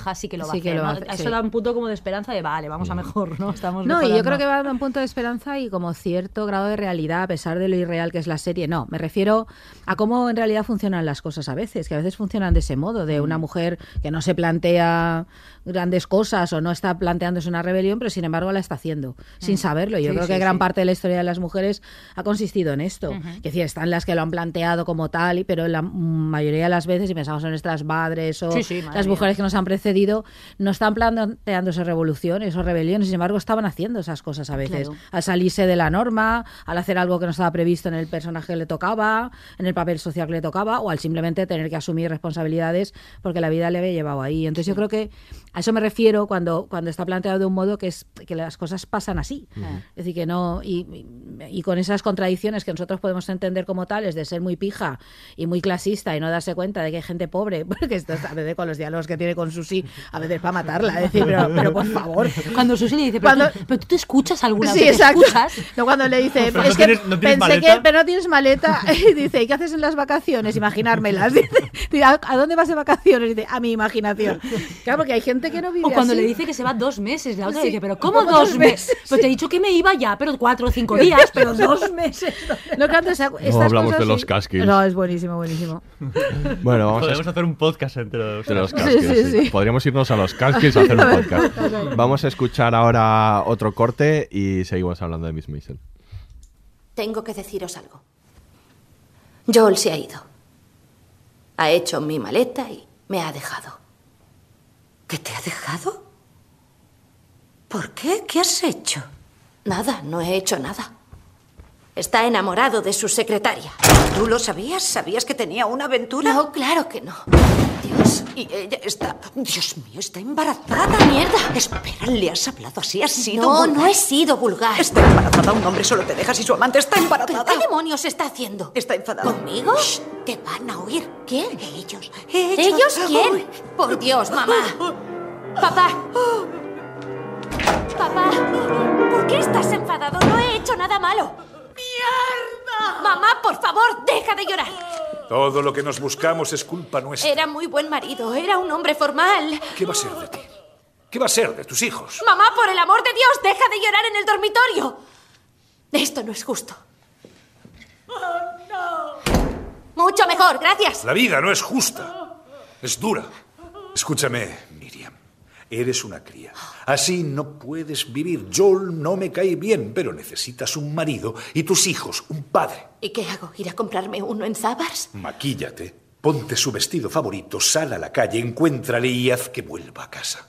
hija sí que lo va a hacer. Eso da un punto como de esperanza de vale, vamos a mejor, ¿no? Estamos no, mejorando. y yo creo que va a un punto de esperanza y como cierto grado de realidad, a pesar de lo irreal que es la serie. No, me refiero a cómo en realidad funcionan las cosas a veces, que a veces funcionan de ese modo, de una mujer que no se plantea grandes cosas o no está planteándose una rebelión, pero sin embargo la está haciendo, sin saberlo. Yo creo que gran parte de la historia de las mujeres ha consistido en esto. Es decir, están las que lo han planteado como tal, pero la mayoría de las veces, si pensamos en nuestras madres o las mujeres que nos han precedido, no están planteándose revoluciones o rebeliones, sin embargo estaban haciendo esas cosas a veces, al salirse de la norma, al hacer algo que no estaba previsto en el personaje que le tocaba, en el papel social que le tocaba, o al simplemente tener que asumir responsabilidades porque la vida le había llevado ahí. Entonces yo creo que a eso me refiero cuando está planteado de un modo que las cosas pasan así. Es decir, que no, y con esas contradicciones que nosotros podemos entender como tales, de ser muy pija y muy clasista y no darse cuenta de que hay gente pobre, porque esto es a veces con los diálogos que tiene con Susi, a veces para matarla, es decir, pero por favor. Cuando Susi le dice, pero tú te escuchas alguna vez, sí, exacto. ¿te escuchas? No, cuando le dice, pero es que pensé que, pero no tienes maleta, y dice, ¿y qué haces en las vacaciones? Imaginármelas. Dice, ¿a dónde vas de vacaciones? Y dice, a mi imaginación. Claro, porque hay gente que no vive o cuando así. Le dice que se va 2 meses, la otra dice, pero ¿cómo 2 meses? Pues te he dicho que me iba ya, pero 4 o 5 días, pero 2 meses. No, claro, no hablamos de los Catskills. No, es buenísimo, buenísimo. Bueno, podemos hacer un podcast entre los Catskills. Sí. Podríamos irnos a los Catskills a hacer un podcast. Vamos a escuchar ahora otro corte y seguimos hablando de Miss Maisel. Tengo que deciros algo. Joel se ha ido. Ha hecho mi maleta y me ha dejado. ¿Qué te ha dejado? ¿Por qué? ¿Qué has hecho? Nada, no he hecho nada. Está enamorado de su secretaria. ¿Tú lo sabías? ¿Sabías que tenía una aventura? No, claro que no. Dios, y ella está... Dios mío, está embarazada. ¡Mierda! Espera, ¿le has hablado así? ¿Has sido vulgar? No he sido vulgar. Está embarazada. Un hombre solo te deja si su amante está embarazada. ¿Pero qué demonios está haciendo? Está enfadada. ¿Conmigo? Shh, te van a oír. ¿Quién? Ellos. ¿Ellos quién? Por Dios, mamá. Papá. Papá, ¿por qué estás enfadado? No he hecho nada malo. ¡Mierda! Mamá, por favor, deja de llorar. Todo lo que nos buscamos es culpa nuestra. Era muy buen marido, era un hombre formal. ¿Qué va a ser de ti? ¿Qué va a ser de tus hijos? Mamá, por el amor de Dios, deja de llorar en el dormitorio. Esto no es justo. ¡Oh, no! Mucho mejor, gracias. La vida no es justa. Es dura. Escúchame, Miriam. Eres una cría. Así no puedes vivir. Joel no me cae bien, pero necesitas un marido y tus hijos un padre. ¿Y qué hago? ¿Ir a comprarme uno en Zabars? Maquíllate, ponte su vestido favorito, sal a la calle, encuéntrale y haz que vuelva a casa.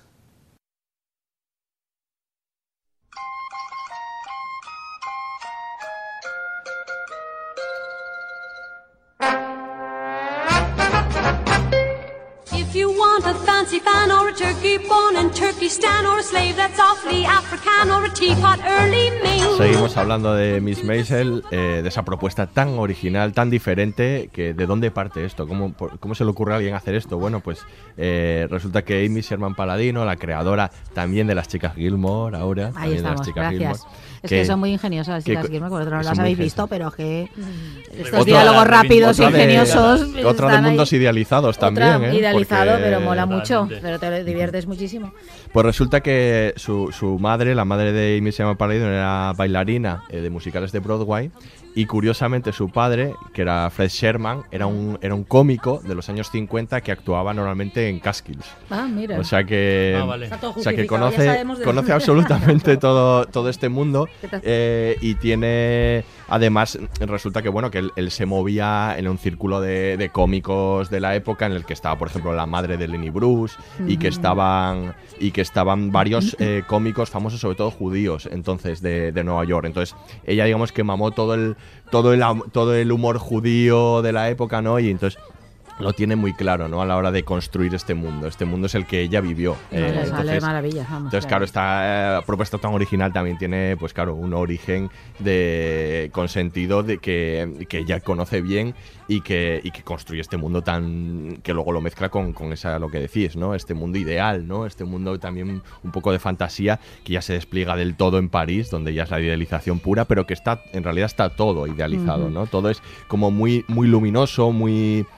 If you want a fancy fan or a turkey bone and turkey stand or a slave that's awfully African or a teapot early Maine. Seguimos hablando de Miss Maisel, de esa propuesta tan original, tan diferente, que ¿de dónde parte esto? ¿Cómo se le ocurre a alguien hacer esto? Bueno, pues resulta que Amy Sherman-Palladino, la creadora también de las chicas Gilmore, ahora. Ahí estamos, de las chicas gracias. Gilmore, es que son muy ingeniosas las chicas Gilmore, vosotros no las habéis visto, pero que estos diálogos rápidos, ingeniosos. Otra de mundos idealizados también. Idealizado, pero mola mucho, pero te diviertes muchísimo. Pues resulta que su madre, la madre de Amy Sherman-Palladino, era bailarina de musicales de Broadway, y curiosamente su padre, que era Fred Sherman, era un cómico de los años 50 que actuaba normalmente en Catskills. Ah, mira. O sea que, vale. conoce absolutamente todo este mundo, y tiene... Además, resulta que bueno, que él se movía en un círculo de cómicos de la época en el que estaba, por ejemplo, la madre de Lenny Bruce, y que estaban varios cómicos famosos, sobre todo judíos, entonces de Nueva York. Entonces, ella, digamos que mamó todo el humor judío de la época, ¿no? Y entonces lo tiene muy claro, ¿no? A la hora de construir este mundo. Este mundo es el que ella vivió. Entonces, maravilla, vamos, entonces, claro, esta propuesta tan original también tiene, pues claro, un origen con sentido de que ella conoce bien y que construye este mundo que luego lo mezcla con lo que decís, ¿no? Este mundo ideal, ¿no? Este mundo también un poco de fantasía que ya se despliega del todo en París, donde ya es la idealización pura, pero que en realidad está todo idealizado, ¿no? Todo es como muy, muy luminoso, muy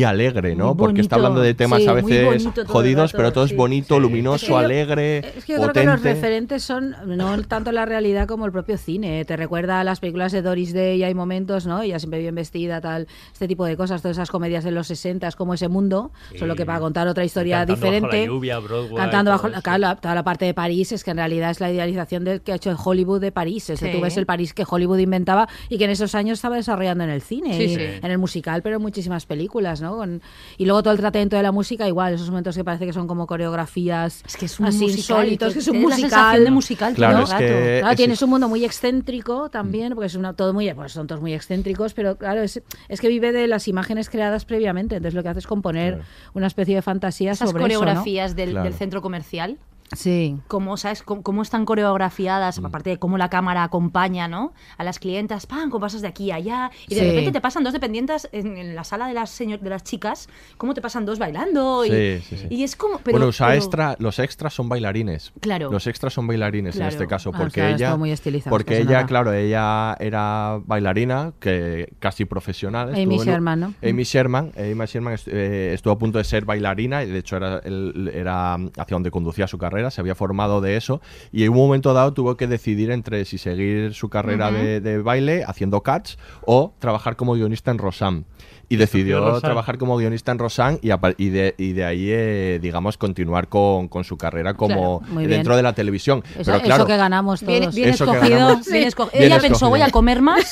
alegre, ¿no? Muy porque está hablando de temas a veces jodidos, pero todo es bonito, luminoso, alegre, es que yo creo que los referentes son no tanto la realidad como el propio cine. Te recuerda a las películas de Doris Day, hay momentos, ¿no? Ella siempre bien vestida, tal, este tipo de cosas, todas esas comedias de los 60, como Ese Mundo, solo que para contar otra historia diferente. Bajo la lluvia, Broadway, cantando bajo toda la parte de París, es que en realidad es la idealización que ha hecho el Hollywood de París. Tú ves el París que Hollywood inventaba y que en esos años estaba desarrollando en el cine, en el musical, pero en muchísimas películas, ¿no? Y luego todo el tratamiento de la música, igual, esos momentos que parece que son como coreografías así insólitos, que es un musical. De musical, claro, todo es que claro, tienes un mundo muy excéntrico también, porque son todos muy excéntricos, pero claro, es que vive de las imágenes creadas previamente, entonces lo que hace es componer una especie de fantasía esas sobre coreografías eso, ¿no? del centro comercial. Sí. Cómo están coreografiadas, aparte de cómo la cámara acompaña, ¿no? A las clientas, ¡pam! Cómo pasas de aquí a allá. Y de repente te pasan dos dependientes en la sala de las chicas, cómo te pasan dos bailando. Y es como... Pero, los extras son bailarines. Claro. Los extras son bailarines en este caso, porque muy ella era bailarina, que casi profesional. Amy Sherman, ¿no? Amy Sherman estuvo a punto de ser bailarina y de hecho era hacia donde conducía su carrera. Se había formado de eso y en un momento dado tuvo que decidir entre si seguir su carrera de baile haciendo cuts o trabajar como guionista en Roseanne. Y decidió trabajar como guionista en Roseanne y de ahí, digamos, continuar con su carrera como dentro de la televisión. Pero claro, eso que ganamos todos. Bien escogido. Ella pensó, voy a comer más.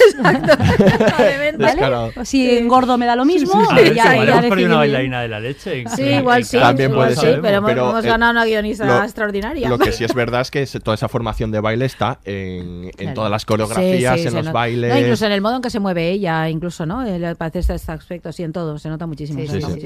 ¿Vale? Claro. Si engordo me da lo mismo. Hemos perdido una bailarina de la leche. Sí, igual sí. También puede ser. Pero hemos ganado una guionista extraordinaria. Lo que sí es verdad es que toda esa formación de baile está en todas las coreografías, en los bailes. No, incluso en el modo en que se mueve ella, incluso, ¿no? Parece este aspecto, así en todo, se nota muchísimo.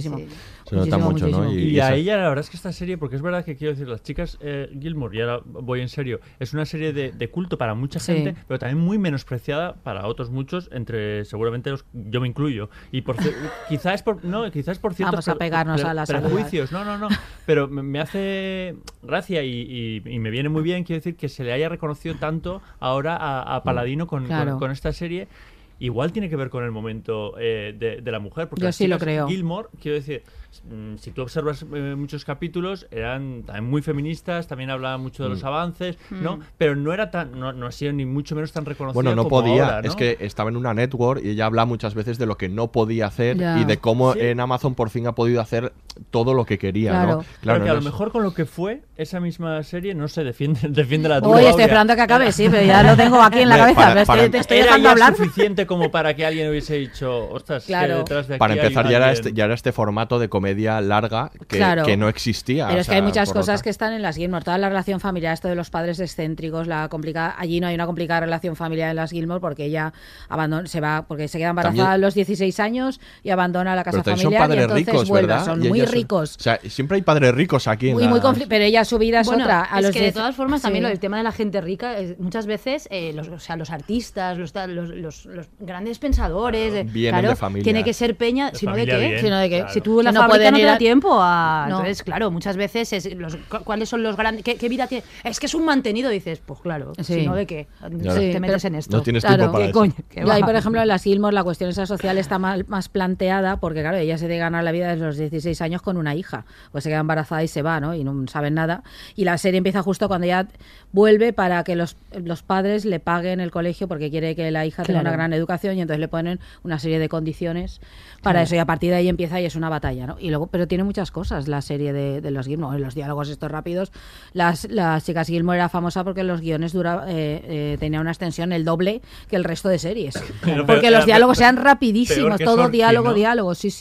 Se nota mucho, ¿no? Y a ella, la verdad es que esta serie, porque es verdad que quiero decir, las chicas Gilmore, y ahora voy en serio, es una serie de culto para mucha gente, pero también muy menospreciada para otros muchos, entre seguramente yo me incluyo. Y quizás es por ciertos Vamos a pegarnos a las prejuicios. No. Pero me hace gracia y me viene muy bien, quiero decir, que se le haya reconocido tanto ahora a Paladino con esta serie. Igual tiene que ver con el momento de la mujer, porque yo sí lo creo. Gilmore, quiero decir, si tú observas muchos capítulos, eran también muy feministas, también hablaban mucho de los avances, ¿no? Pero no era no ha sido ni mucho menos tan reconocida. Bueno, no como podía, ahora, ¿no? Es que estaba en una network y ella habla muchas veces de lo que no podía hacer y de cómo en Amazon por fin ha podido hacer todo lo que quería, ¿no? Claro, que a lo mejor con lo que fue esa misma serie, no se defiende la tuya. Oye, estoy esperando que acabe, sí, pero ya lo tengo aquí en la cabeza. Te estoy dejando hablar. Era suficiente como para que alguien hubiese dicho, ostras, que detrás de aquí para empezar ya era este formato de comedia larga que no existía. Pero es que hay muchas cosas que están en las Gilmore. Toda la relación familiar, esto de los padres excéntricos, allí no hay una complicada relación familiar en las Gilmore porque ella se va, porque se queda embarazada a los 16 años y abandona la casa familiar y entonces ricos, vuelve. ¿verdad? Son muy ricos. O sea, siempre hay padres ricos aquí. Pero ella su vida es otra. Es que de todas formas también el tema de la gente rica, muchas veces los artistas, los grandes pensadores, vienen de familia. Tiene que ser peña, sino de qué. Claro. Si tú la fábrica no te da tiempo a... No. Entonces, claro, muchas veces ¿cuáles son los grandes? ¿Qué vida tiene? Es que es un mantenido, dices, pues claro, sino de qué. Te metes en esto. No tienes tiempo para eso. Y ahí, por ejemplo, en las Gilmore la cuestión esa social está más planteada porque, claro, ella se debe ganar la vida desde los 16 años con una hija. Pues se queda embarazada y se va, ¿no? Y no saben nada. Y la serie empieza justo cuando ella vuelve para que los padres le paguen el colegio porque quiere que la hija tenga una gran educación y entonces le ponen una serie de condiciones para eso y a partir de ahí empieza y es una batalla, ¿no? Y luego, pero tiene muchas cosas la serie de los Gilmore, los diálogos estos rápidos. Las chicas Gilmore era famosa porque los guiones tenían una extensión el doble que el resto de series. Porque los diálogos eran rapidísimos, todo diálogo, sí.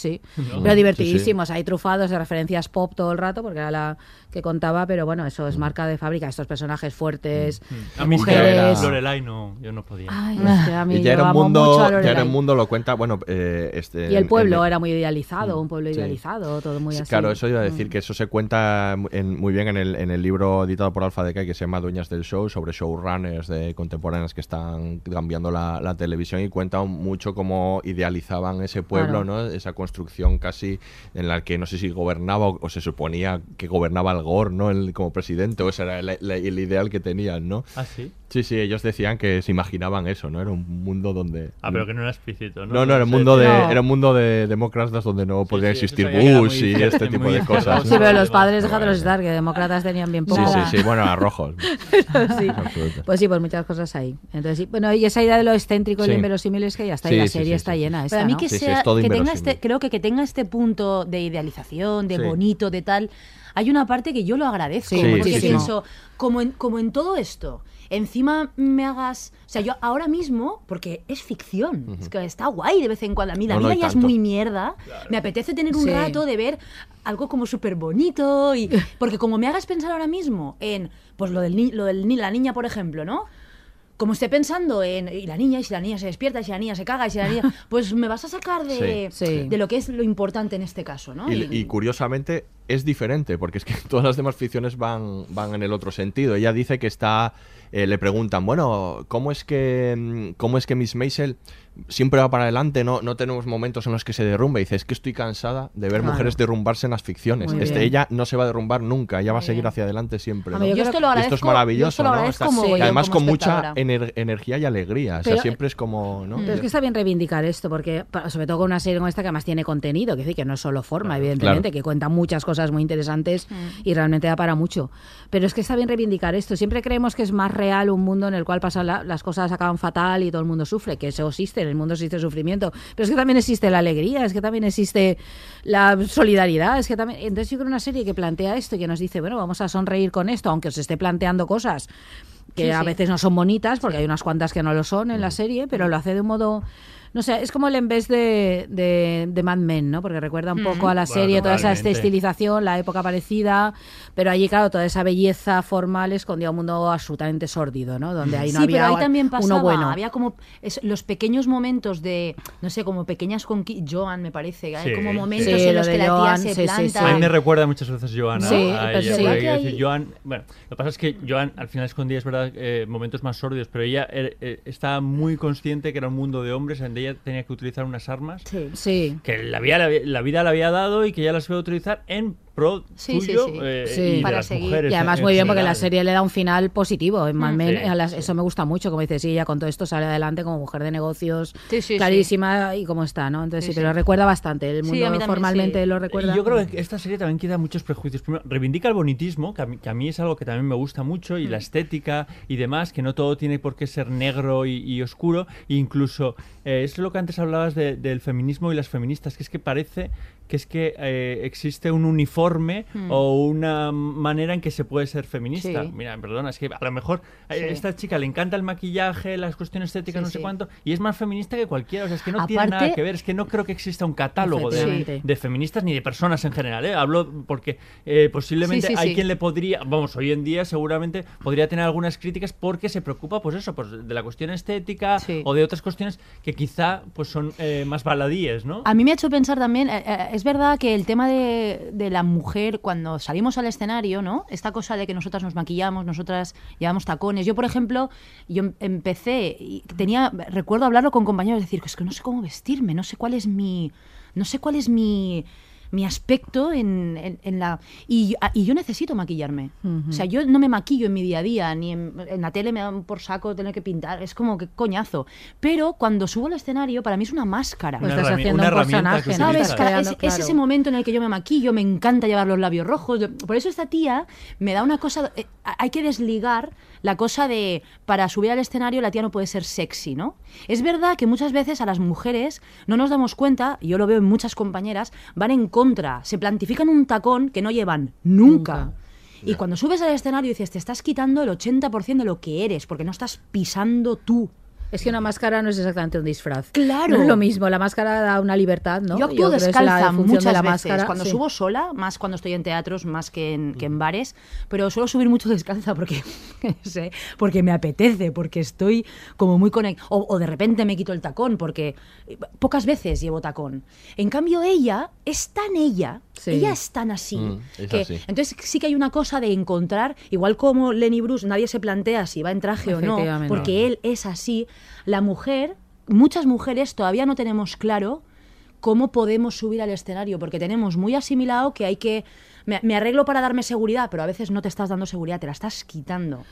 No. Pero divertidísimos, hay trufados de referencias pop todo el rato porque era la que contaba, pero bueno, eso es marca de fábrica, estos personajes fuertes, a mí mujeres. Lorelai yo no podía. Ay, a mí ya era un mundo lo cuenta, bueno, y el pueblo era muy idealizado, un pueblo idealizado, todo muy así. Claro, eso iba a decir que eso se cuenta muy bien en el libro editado por Alpha Decay que se llama Dueñas del Show, sobre showrunners de contemporáneas que están cambiando la televisión y cuenta mucho cómo idealizaban ese pueblo, ¿no? Esa construcción casi en la que no sé si gobernaba o se suponía que gobernaba Al Gore, ¿no? Como presidente, o ese era el ideal que tenían, ¿no? ¿Ah, sí? Sí, ellos decían que se imaginaban eso, ¿no? Era un mundo donde... pero que no era explícito, ¿no? No, era un mundo de demócratas donde no podría existir Bush y este tipo de cosas. Sí, pero los padres, déjatelos estar, que demócratas tenían bien poco. Sí, bueno, a rojos. Pues sí, pues muchas cosas ahí. Entonces, sí, bueno, y esa idea de lo excéntrico y lo inverosímil es que ya está, y la serie está llena. Pero a mí que sea, que tenga creo que tenga este punto de idealización, de bonito, de tal... Hay una parte que yo lo agradezco, porque pienso, como en todo esto, encima me hagas... O sea, yo ahora mismo, porque es ficción, es que está guay de vez en cuando. A mí la vida ya es muy mierda, me apetece tener un rato de ver algo como súper bonito, y porque como me hagas pensar ahora mismo en pues lo de la niña, por ejemplo, ¿no? Como esté pensando en y si la niña se despierta, y si la niña se caga, y si la niña... Pues me vas a sacar de lo que es lo importante en este caso, ¿no? Y curiosamente es diferente, porque es que todas las demás ficciones van en el otro sentido. Ella dice que está... le preguntan, bueno, ¿cómo es que Miss Maisel siempre va para adelante? No tenemos momentos en los que se derrumbe. Y dice, es que estoy cansada de ver mujeres derrumbarse en las ficciones. Ella no se va a derrumbar nunca, ella va a seguir hacia adelante siempre, ¿no? Yo esto lo agradezco, esto es maravilloso, ¿no? Y además con mucha energía y alegría. O sea, siempre es como... ¿no? Pero es que está bien reivindicar esto, porque sobre todo con una serie como esta que además tiene contenido, que no es solo forma, evidentemente, que cuenta muchas cosas muy interesantes y realmente da para mucho. Pero es que está bien reivindicar esto. Siempre creemos que es más real un mundo en el cual pasan las cosas acaban fatal y todo el mundo sufre, que eso existe, en el mundo existe el sufrimiento, pero es que también existe la alegría, es que también existe la solidaridad, es que también... Entonces yo creo una serie que plantea esto y que nos dice, bueno, vamos a sonreír con esto, aunque os esté planteando cosas que a veces no son bonitas, porque hay unas cuantas que no lo son en la serie, pero lo hace de un modo... No sé, es como el en vez de Mad Men, ¿no? Porque recuerda un poco a la serie, toda esa estilización, la época parecida, pero allí, claro, toda esa belleza formal escondía un mundo absolutamente sórdido, ¿no? Donde ahí no había pero ahí también pasaba, uno bueno. Había como los pequeños momentos de, no sé, como pequeñas conquistas. Joan, me parece, hay como momentos en los que la tía se planta. A mí me recuerda muchas veces Joan. Sí, Joan, bueno, lo que pasa es que Joan al final escondía, es verdad, momentos más sórdidos, pero ella estaba muy consciente que era un mundo de hombres en ella tenía que utilizar unas armas que la vida le había dado y que ya las iba a utilizar en pro suyo y de para las seguir. mujeres. Y además muy bien porque la serie le da un final positivo. En Mad Men, eso me gusta mucho, como dices, ella con todo esto sale adelante como mujer de negocios, clarísima y cómo está, ¿no? Entonces pero recuerda bastante, el mundo formalmente lo recuerda. Yo creo que esta serie también quita muchos prejuicios. Primero, reivindica el bonitismo, que a mí es algo que también me gusta mucho, y la estética y demás, que no todo tiene por qué ser negro y oscuro, e incluso es lo que antes hablabas del feminismo y las feministas, que es que parece que existe un uniforme o una manera en que se puede ser feminista. Mira, perdona, es que a lo mejor a esta chica le encanta el maquillaje, las cuestiones estéticas, no sé cuánto, y es más feminista que cualquiera. O sea, es que no tiene nada que ver. Es que no creo que exista un catálogo de feministas ni de personas en general. Hablo porque posiblemente hay quien le podría, hoy en día seguramente podría tener algunas críticas porque se preocupa, pues eso, pues de la cuestión estética o de otras cuestiones que quizá pues son más baladíes, ¿no? A mí me ha hecho pensar también, es verdad que el tema de la mujer cuando salimos al escenario, ¿no? Esta cosa de que nosotras nos maquillamos, nosotras llevamos tacones. Yo, por ejemplo, empecé y recuerdo hablarlo con compañeros, decir, es que no sé cómo vestirme, no sé cuál es mi aspecto en la... Y yo necesito maquillarme. O sea, yo no me maquillo en mi día a día, ni en la tele me dan por saco tener que pintar. Es como que coñazo. Pero cuando subo al escenario, para mí es una máscara. Estás haciendo un personaje. ¿Sabes? Es ese momento en el que yo me maquillo, me encanta llevar los labios rojos. Por eso esta tía me da una cosa... hay que desligar la cosa de... Para subir al escenario la tía no puede ser sexy, ¿no? Es verdad que muchas veces a las mujeres no nos damos cuenta, y yo lo veo en muchas compañeras, van en contra, se plantifican un tacón que no llevan nunca. Y cuando subes al escenario dices, te estás quitando el 80% de lo que eres, porque no estás pisando tú. Es que una máscara no es exactamente un disfraz. Claro. No es lo mismo, la máscara da una libertad, ¿no? Yo actúo descalza muchas de la veces. Máscara, cuando subo sola, más cuando estoy en teatros, más que en bares, pero suelo subir mucho descalza porque me apetece, porque estoy como muy conectada. O de repente me quito el tacón, porque pocas veces llevo tacón. En cambio ella es tan ella es tan así. Así. Entonces sí que hay una cosa de encontrar, igual como Lenny Bruce, nadie se plantea si va en traje o no, porque él es así. La mujer, muchas mujeres todavía no tenemos claro cómo podemos subir al escenario, porque tenemos muy asimilado que hay que... Me arreglo para darme seguridad, pero a veces no te estás dando seguridad, te la estás quitando.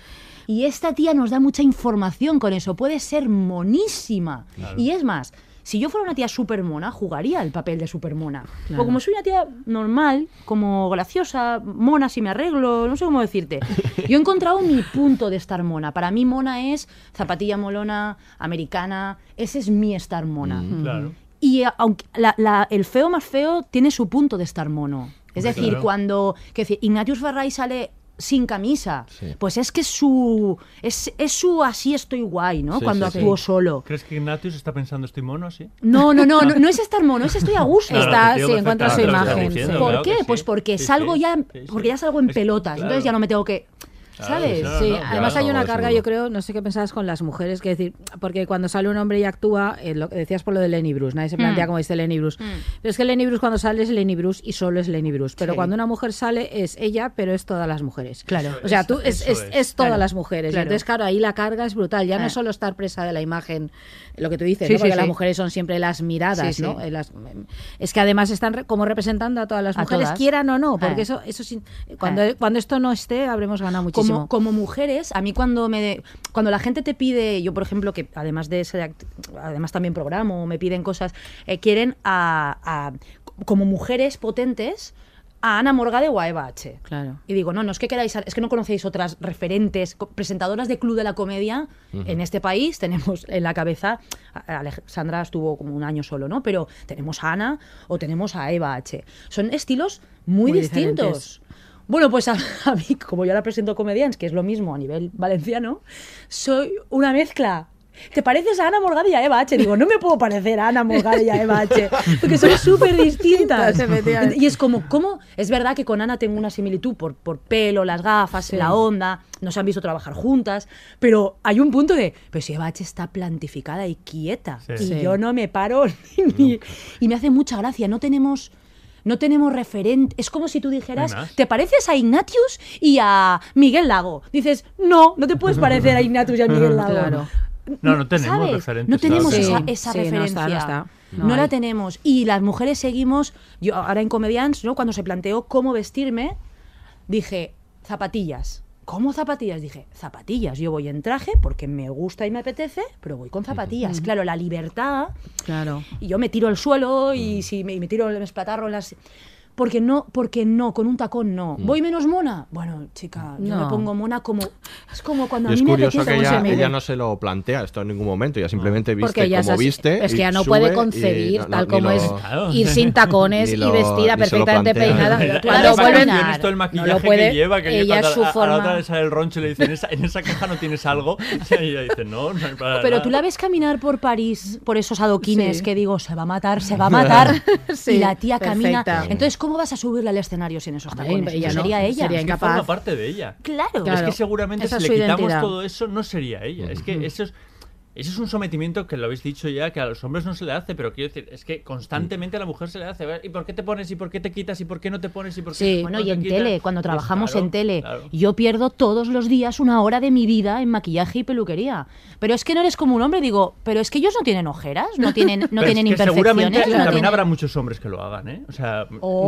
Y esta tía nos da mucha información con eso. Puede ser monísima. Claro. Y es más, si yo fuera una tía súper mona, jugaría el papel de súper mona. Claro. O como soy una tía normal, como graciosa, mona si me arreglo, no sé cómo decirte. Yo he encontrado mi punto de estar mona. Para mí mona es zapatilla molona, americana. Ese es mi estar mona. Claro. Y aunque el feo más feo tiene su punto de estar mono. Es decir, cuando Ignatius Farray sale sin camisa, pues es que es su así estoy guay, ¿no? Cuando actuó solo. ¿Crees que Ignatius está pensando estoy mono así? No es estar mono, es estoy a gusto. Encuentra su imagen. ¿Por qué? Pues porque salgo porque ya salgo en pelotas, entonces ya no me tengo que... ¿Sabes? Sí, además hay una carga, yo creo, no sé qué pensabas con las mujeres, que decir, porque cuando sale un hombre y actúa, lo que decías por lo de Lenny Bruce, nadie se plantea cómo dice Lenny Bruce. Pero es que Lenny Bruce cuando sale es Lenny Bruce y solo es Lenny Bruce. Pero cuando una mujer sale es ella, pero es todas las mujeres. Claro. O sea, es todas las mujeres. Claro. Y entonces, claro, ahí la carga es brutal. Ya no es solo estar presa de la imagen, lo que tú dices, ¿no? Porque las mujeres son siempre las miradas, ¿no? Es que además están como representando a todas las mujeres, quieran o no, porque eso cuando esto no esté, habremos ganado muchísimo. Como mujeres, a mí cuando la gente te pide, yo por ejemplo, que además también programo, me piden cosas, quieren como mujeres potentes a Ana Morgade o a Eva H. Claro. Y digo, no es que queráis, es que no conocéis otras referentes, presentadoras de Club de la Comedia en este país. Tenemos en la cabeza, Alejandra estuvo como un año solo, ¿no? Pero tenemos a Ana o tenemos a Eva H. Son estilos muy distintos. Diferentes. Bueno, pues a mí, como yo ahora presento Comedians, que es lo mismo a nivel valenciano, soy una mezcla. ¿Te pareces a Ana Morgade y a Eva H? Digo, no me puedo parecer a Ana Morgade y a Eva H, porque son súper distintas. Y es como, es verdad que con Ana tengo una similitud por pelo, las gafas, la onda, nos han visto trabajar juntas, pero hay un punto pero si Eva H está plantificada y quieta, y yo no me paro y me hace mucha gracia, no tenemos referente. Es como si tú dijeras, ¿te pareces a Ignatius y a Miguel Lago? Dices, no te puedes parecer a Ignatius y a Miguel Lago. Claro. No tenemos referentes. No tenemos esa referencia. No la tenemos. Y las mujeres seguimos, yo ahora en Comedians, ¿no? Cuando se planteó cómo vestirme, dije, zapatillas. ¿Cómo zapatillas? Dije, zapatillas. Yo voy en traje porque me gusta y me apetece, pero voy con zapatillas. Claro, la libertad. Claro. Y yo me tiro al suelo y si me tiro, me esplatarro en las... Porque no, con un tacón no. ¿Voy menos mona? Bueno, chica, yo me pongo mona como... Es como cuando a mí me apetece... Es curioso que ella no se lo plantea esto en ningún momento, ella simplemente viste como viste. Es que ella no puede concebir tal como es ir sin tacones y vestida perfectamente peinada. Cuando vuelven... Yo he visto el maquillaje que lleva, que ella es su forma... A la otra le sale el roncho y le dicen, en esa caja no tienes algo. Y ella dice, no hay para Pero tú la ves caminar por París, por esos adoquines que digo, se va a matar. Y la tía camina. Entonces, ¿cómo vas a subirla al escenario sin esos tacones? Ella sería ella. Sería incapaz. Es que forma parte de ella. Claro. Es que seguramente si le quitamos todo eso, no sería ella. Es que eso es un sometimiento que lo habéis dicho ya, que a los hombres no se le hace, pero quiero decir, es que constantemente a la mujer se le hace. ¿Y por qué te pones? ¿Y por qué te quitas? ¿Y por qué no te pones? ¿Y por qué bueno, y en tele, cuando trabajamos en tele, yo pierdo todos los días 1 hora de mi vida en maquillaje y peluquería. Pero es que no eres como un hombre, digo, pero es que ellos no tienen ojeras, no tienen imperfecciones. Seguramente también habrá muchos hombres que lo hagan, ¿eh? O sea,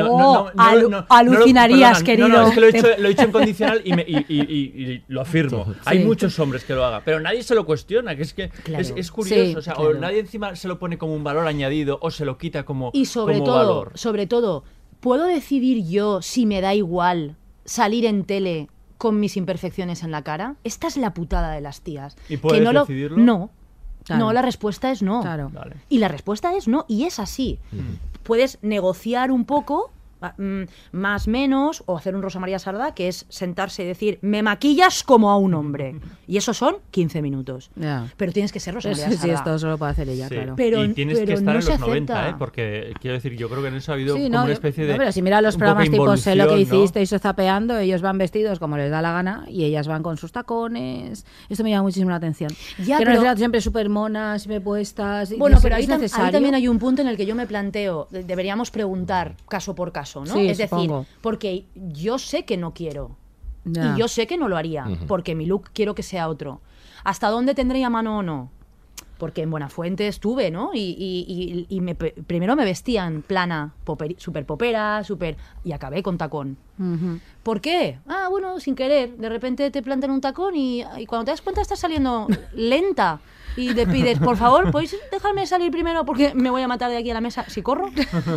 alucinarías, querido. No, es que lo he dicho en condicional y lo afirmo. Hay muchos hombres que lo hagan, pero nadie se lo cuestiona, que es que es curioso. O sea, o nadie encima se lo pone como un valor añadido o se lo quita como y sobre todo, ¿puedo decidir yo si me da igual salir en tele con mis imperfecciones en la cara? Esta es la putada de las tías. ¿Y puedes decidirlo? No. Claro. No, la respuesta es no. Claro. Vale. Y la respuesta es no, y es así. Puedes negociar un poco, más menos, o hacer un Rosa María Sardá, que es sentarse y decir, me maquillas como a un hombre. Y eso son 15 minutos. Pero tienes que ser Rosa María Sardá. Sí, esto solo puede hacer ella, claro. Y tienes que estar en los 90, porque quiero decir, yo creo que en eso ha habido como una especie de... pero si mira los programas tipo Sé lo que hicisteis o Zapeando, ellos van vestidos como les da la gana y ellas van con sus tacones. Esto me llama muchísimo la atención. Que no siempre súper monas, siempre puestas. Bueno, pero ahí también hay un punto en el que yo me planteo, deberíamos preguntar caso por caso, ¿no? Sí, es decir, supongo. porque yo sé que no quiero y yo sé que no lo haría, porque mi look quiero que sea otro. ¿Hasta dónde tendría mano o no? porque en Buenafuente estuve, ¿no? Y primero me vestían plana, súper popera, y acabé con tacón. ¿Por qué? Bueno, sin querer. De repente te plantan un tacón y cuando te das cuenta estás saliendo lenta. Y te pides, por favor, ¿podéis dejarme salir primero porque me voy a matar de aquí a la mesa si corro?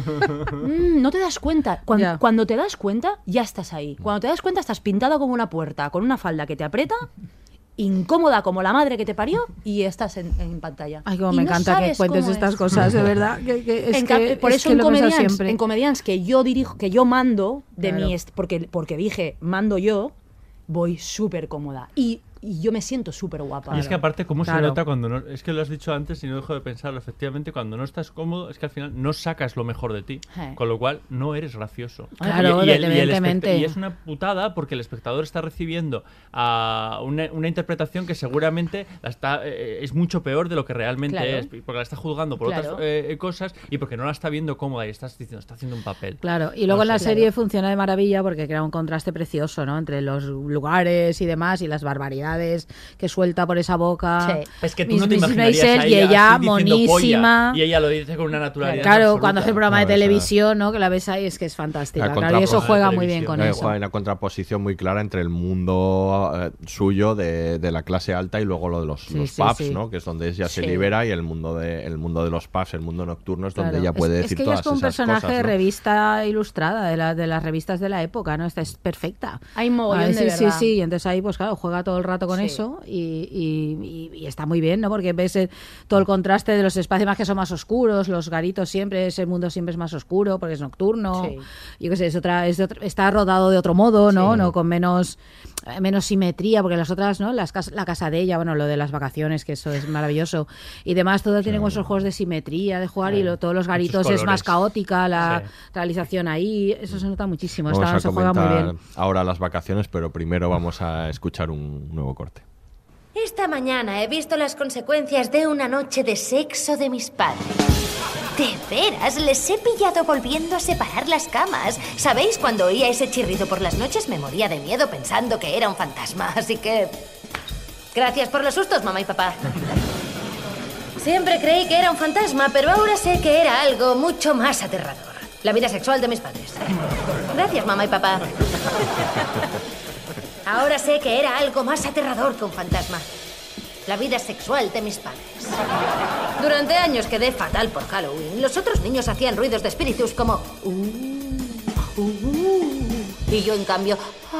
No te das cuenta. Cuando te das cuenta, ya estás ahí. Cuando te das cuenta, estás pintado como una puerta, con una falda que te aprieta, incómoda como la madre que te parió, y estás en pantalla. Ay, cómo me encanta que cuentes estas cosas, de verdad. Por eso en Comedians, que yo dirijo, que yo mando, porque dije, mando yo, voy súper cómoda. Y yo me siento súper guapa. Y es que aparte, ¿cómo se nota cuando no...? Es que lo has dicho antes y no dejo de pensarlo. Efectivamente, cuando no estás cómodo, es que al final no sacas lo mejor de ti. Con lo cual, no eres gracioso. Claro, evidentemente. Y es una putada porque el espectador está recibiendo una interpretación que seguramente es mucho peor de lo que realmente es. Porque la está juzgando por otras cosas y porque no la está viendo cómoda y estás diciendo, está haciendo un papel. Claro, y luego en la serie funciona de maravilla porque crea un contraste precioso, ¿no? Entre los lugares y demás y las barbaridades que suelta por esa boca. Es que tú no te imaginarías a ella y ella monísima. Y ella lo dice con una naturalidad. Claro, cuando hace el programa de televisión, ¿no? Que la ves ahí, es que es fantástica. Claro, y eso juega muy bien con eso. Hay una contraposición muy clara entre el mundo suyo de la clase alta y luego lo de los pubs, ¿no? Que es donde ella se libera, y el mundo de los pubs, el mundo nocturno, es donde ella puede decir todas esas cosas. Es que ella es como un personaje de revista ilustrada, de las revistas de la época, ¿no? Esta es perfecta. Hay mogollón de verdad. Sí, y entonces ahí, pues claro, juega todo el rato con eso y está muy bien, ¿no? Porque ves todo el contraste de los espacios más que son más oscuros, los garitos siempre, ese mundo siempre es más oscuro porque es nocturno. Yo qué sé, está rodado de otro modo, ¿no? No con menos simetría, porque las otras, ¿no? La casa de ella, bueno, lo de las vacaciones, que eso es maravilloso. Y demás, todo tiene esos juegos de simetría, de jugar, y todos los garitos es más caótica, la realización ahí, eso se nota muchísimo. Se juega muy bien. Ahora las vacaciones, pero primero vamos a escuchar un nuevo corte. Esta mañana he visto las consecuencias de una noche de sexo de mis padres. De veras, les he pillado volviendo a separar las camas. ¿Sabéis? Cuando oía ese chirrido por las noches me moría de miedo pensando que era un fantasma. Así que... gracias por los sustos, mamá y papá. Siempre creí que era un fantasma, pero ahora sé que era algo mucho más aterrador. La vida sexual de mis padres. Gracias, mamá y papá. Ahora sé que era algo más aterrador que un fantasma. La vida sexual de mis padres. Durante años quedé fatal por Halloween. Los otros niños hacían ruidos de espíritus como... y yo, en cambio...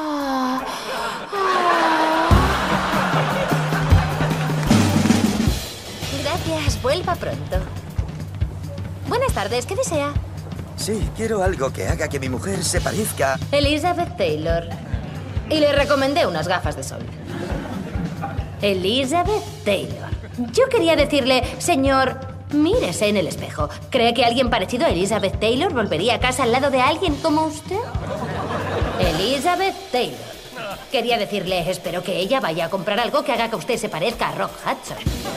Gracias, vuelva pronto. Buenas tardes, ¿qué desea? Sí, quiero algo que haga que mi mujer se parezca... Elizabeth Taylor. Y le recomendé unas gafas de sol. Elizabeth Taylor. Yo quería decirle, señor, mírese en el espejo. ¿Cree que alguien parecido a Elizabeth Taylor volvería a casa al lado de alguien como usted? Elizabeth Taylor. Quería decirle, espero que ella vaya a comprar algo que haga que usted se parezca a Rock Hudson.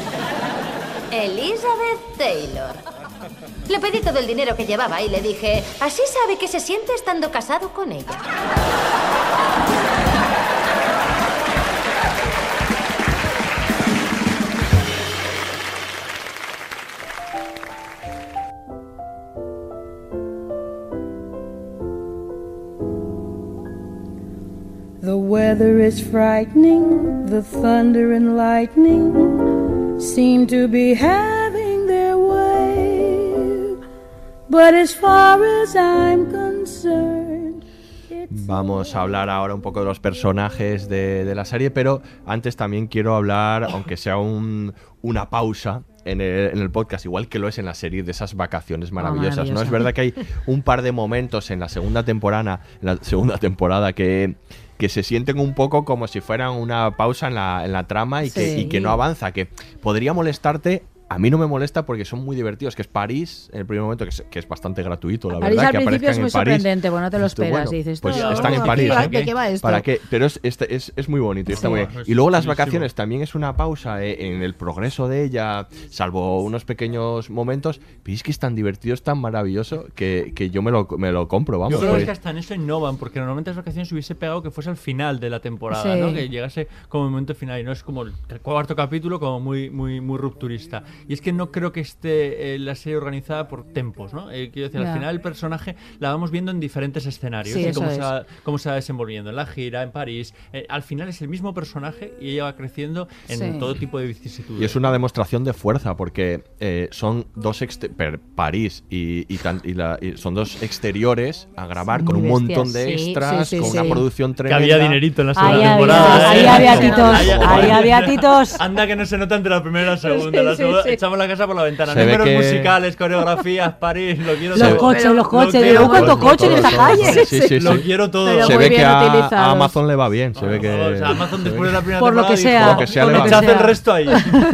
Elizabeth Taylor. Le pedí todo el dinero que llevaba y le dije, así sabe que se siente estando casado con ella. The weather is frightening, the thunder and lightning seem to be having their way, but as far as I'm concerned... Vamos a hablar ahora un poco de los personajes de la serie, pero antes también quiero hablar, aunque sea una pausa en el podcast, igual que lo es en la serie, de esas vacaciones maravillosas, ¿no? Es verdad que hay un par de momentos en la segunda temporada que se sienten un poco como si fueran una pausa en la trama y que no avanza, que podría molestarte. A mí no me molesta porque son muy divertidos, que es París, en el primer momento, que es bastante gratuito, la verdad, que aparezcan en París. Es muy sorprendente, porque no te lo esperas. Y dices, pues están en París. ¿De qué va esto? ¿Para qué? Pero es muy bonito y está muy bien. Y luego las vacaciones también es una pausa en el progreso de ella, salvo unos pequeños momentos. Pero es que es tan divertido, es tan maravilloso que yo me lo compro, vamos. Yo creo que hasta en eso innovan, porque normalmente las vacaciones hubiese pegado que fuese al final de la temporada, ¿no? Que llegase como el momento final y no es como el cuarto capítulo como muy, muy, muy rupturista. y es que no creo que esté la serie organizada por tempos, ¿no? Quiero decir, al final el personaje la vamos viendo en diferentes escenarios, cómo se va desenvolviendo en la gira, en París. Al final es el mismo personaje y ella va creciendo en todo tipo de vicisitudes. Y es una demostración de fuerza, porque son dos París y son dos exteriores a grabar con un montón de extras, con una producción tremenda. Que había dinerito en la segunda temporada. Ahí había titos. Anda que no se nota entre la primera y la segunda. Echamos la casa por la ventana. Números musicales, coreografías, París, lo quiero todo. Los coches. ¿Cuántos coches en esta calle? Lo quiero todo. Se ve que a Amazon le va bien. Se ve que... O sea, Amazon después de la primera por temporada lo que sea, le va bien. El resto ahí.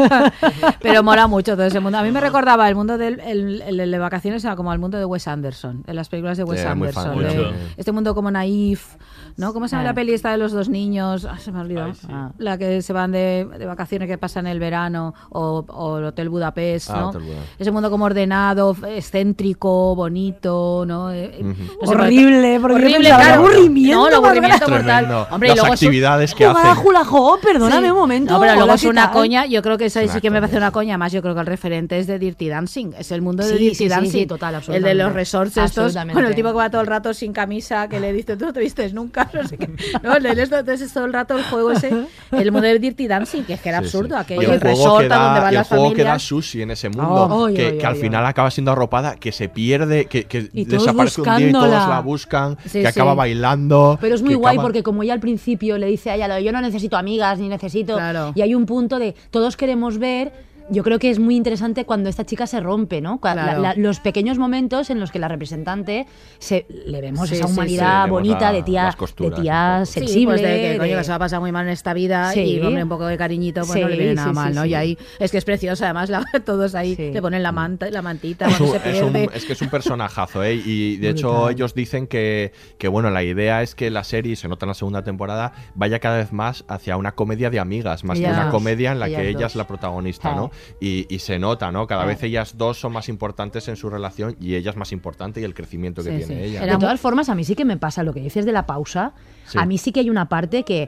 Pero mola mucho todo ese mundo. A mí me recordaba el mundo de vacaciones como al mundo de Wes Anderson, en las películas de Wes Anderson. Este mundo como naif, ¿no? ¿Cómo se llama la peli esta de los dos niños? Se me ha olvidado. La que se van de vacaciones, que pasan el verano, o el Hotel Budapest, ¿no? Ese mundo como ordenado, excéntrico, bonito, ¿no? Horrible, claro. Aburrimiento. No, el aburrimiento mortal. Hombre, las actividades que hacen. Perdóname un momento. No, pero luego es una coña. Yo creo que eso sí que me parece una coña. Más yo creo que el referente es de Dirty Dancing. Es el mundo de Dirty Dancing. Sí, total, absolutamente. El de los resorts estos, con el tipo que va todo el rato sin camisa, que le dice, tú no te vistes nunca, no sé qué. No, entonces es todo el rato el juego ese, el mundo de Dirty Dancing, que es que era absurdo. Aquello, el resort a donde van las familias. El juego que da Susie en ese mundo, que al final acaba siendo arropada, que se pierde, que desaparece un día y todos la buscan, que acaba bailando. Pero es muy guay porque como ella al principio le dice a ella, yo no necesito amigas ni necesito... Y hay un punto de todos queremos ver... Yo creo que es muy interesante cuando esta chica se rompe, ¿no? Los pequeños momentos en los que la representante le vemos esa humanidad bonita de tía sensible. Sí, pues de que se va a pasar muy mal en esta vida y hombre, un poco de cariñito pues no le viene nada mal, ¿no? Y ahí es que es precioso, además todos ahí le ponen la mantita cuando se pierde. Es que es un personajazo, ¿eh? Y de hecho ellos dicen que bueno, la idea es que la serie, se nota en la segunda temporada, vaya cada vez más hacia una comedia de amigas, más que una comedia en la que ella es la protagonista, ¿no? Y se nota, ¿no? Cada vez ellas dos son más importantes en su relación y ella es más importante y el crecimiento que tiene ella. De todas formas, a mí sí que me pasa lo que dices de la pausa. A mí sí que hay una parte que...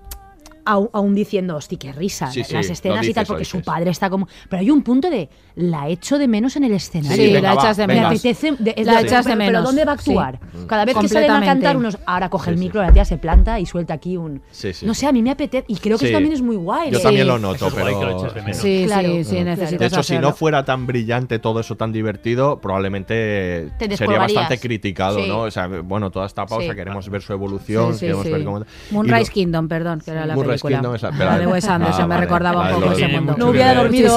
Aún diciendo, hostia, qué risa, las escenas y tal, porque su padre está como... Pero hay un punto de, la echo de menos en el escenario. Sí, la echas de menos. Me apetece... La echas de menos. Pero ¿dónde va a actuar? Cada vez que salen a cantar unos... Ahora coge el micro, la tía se planta y suelta aquí un... No sé, a mí me apetece... Y creo que eso también es muy guay. Yo también lo noto, pero... Sí, necesitas de hecho, si no fuera tan brillante todo eso, tan divertido, probablemente sería bastante criticado, ¿no? O sea, bueno, toda esta pausa, queremos ver su evolución, queremos ver cómo... Moonrise Kingdom, perdón, que era la película. La de Wes Anderson, me recordaba un poco ese mundo. No hubiera dormido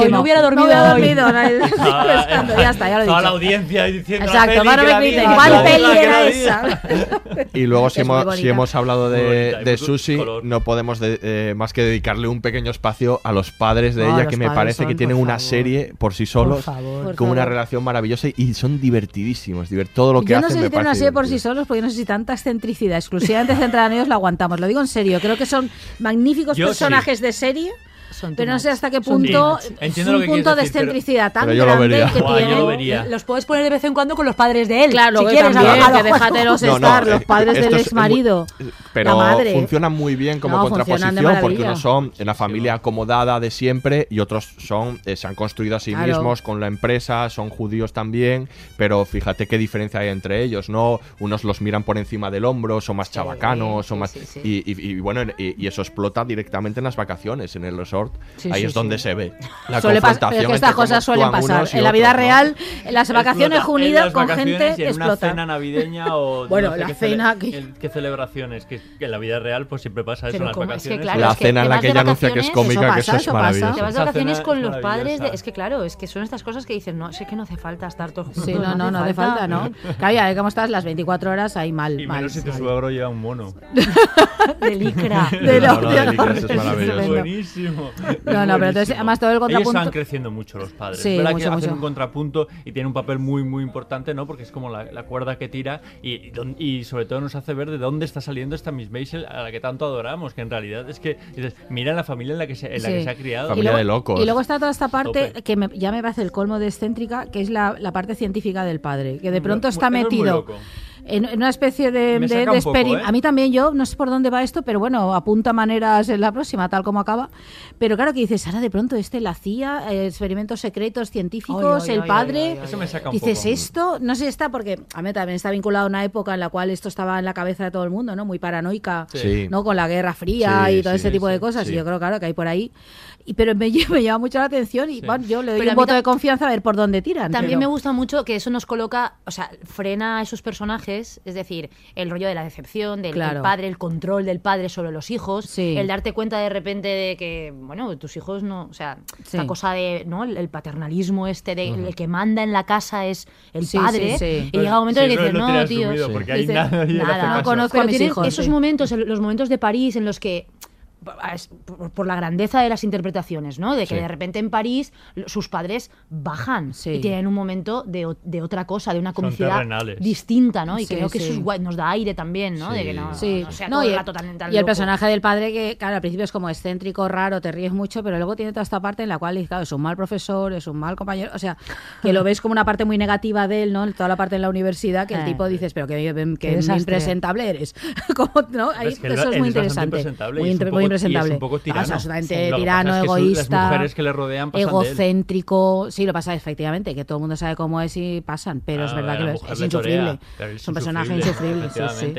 ya está, ya lo he dicho. Toda la audiencia diciendo exacto, ¿cuál peli era esa? Y luego si hemos hablado de Susie, no podemos más que dedicarle un pequeño espacio a los padres de ella, que me parece que tienen una serie por sí solos, con una relación maravillosa y son divertidísimos. Todo lo que hacen me parece. Yo no sé si tienen una serie por sí solos, porque no sé si tanta excentricidad exclusivamente centrada en ellos la aguantamos. Lo digo en serio, creo que son magníficos personajes de serie, pero no sé hasta qué punto es un punto de excentricidad tan grande que tienen. Los puedes poner de vez en cuando con los padres de él. Claro, si quieres, que déjatelos estar, los padres del exmarido. Pero funcionan muy bien como contraposición, porque unos son en la familia acomodada de siempre y otros se han construido a sí mismos con la empresa, son judíos también, pero fíjate qué diferencia hay entre ellos, ¿no? Unos los miran por encima del hombro, son más chabacanos, son más... Y bueno, y eso explota directamente en las vacaciones, en el resort. Ahí es donde se ve la confrontación. Pero que estas cosas suelen pasar. En la vida real, en las vacaciones unidas con gente y en explota. una cena navideña o bueno, la cena qué celebraciones, que en la vida real pues siempre pasa eso en las vacaciones. La cena en la que ella anuncia que es cómica, que eso es maravilloso. Te vas de vacaciones con los padres, es que claro, es que son estas cosas que dices, no, sé que no hace falta estar todos juntos. Sí, no hace falta, ¿no? Claro, ya cómo estás las 24 horas ahí mal. Y menos si tu suegro lleva un mono. De licra. De licra, eso es maravilloso. Buenísimo. No, pero entonces, además todo el contrapunto... Ellos están creciendo mucho los padres. Sí, ¿verdad? Que hacen un contrapunto y tienen un papel muy, muy importante, ¿no? Porque es como la cuerda que tira y sobre todo nos hace ver de dónde está saliendo esta Miss Maisel a la que tanto adoramos, que en realidad es que dices, mira la familia en la que se ha criado. Familia de locos. Y luego está toda esta parte que ya me parece el colmo de excéntrica, que es la parte científica del padre, que de pronto está metido... en una especie de experimento. A mí también, yo no sé por dónde va esto, pero bueno, apunta maneras en la próxima, tal como acaba. Pero claro que dices, ahora de pronto la hacía, experimentos secretos científicos, el padre. Eso me saca un dices, poco. esto, no sé, está porque a mí también está vinculado a una época en la cual esto estaba en la cabeza de todo el mundo, ¿no? Muy paranoica, Sí. ¿no? Con la Guerra Fría y todo ese tipo de cosas. sí. Y yo creo, claro, que hay por ahí. Pero me llama mucho la atención y bueno, yo le doy Pero un a mí voto de confianza a ver por dónde tiran. También pero... me gusta mucho que eso nos coloca, o sea, frena a esos personajes, es decir, el rollo de la decepción, del padre, el control del padre sobre los hijos, el darte cuenta de repente de que, bueno, tus hijos no, o sea, esta cosa de, ¿no? El paternalismo el que manda en la casa es el padre, y llega un momento en el que dices, no, tío, hay nada, no conozco a mis hijos. Esos momentos, los momentos de París en los que por la grandeza de las interpretaciones, ¿no? De que de repente en París sus padres bajan y tienen un momento de otra cosa, de una comicidad distinta, ¿no? Y creo que eso es guay, nos da aire también, ¿no? De que no sea todo el rato tan loco. Y el personaje del padre que, claro, al principio es como excéntrico, raro, te ríes mucho, pero luego tiene toda esta parte en la cual, claro, es un mal profesor, es un mal compañero, o sea, que lo ves como una parte muy negativa de él, ¿no? Toda la parte en la universidad que el tipo dices, pero que impresentable eres. Como, ¿no? Ahí, eso es muy interesante. Muy impresentable. Y es un poco tirano. Absolutamente tirano, egoísta, las mujeres que le rodean pasan egocéntrico. De él. Sí, lo pasa efectivamente, que todo el mundo sabe cómo es y pasan, pero es verdad que es insufrible. Es un personaje insufrible.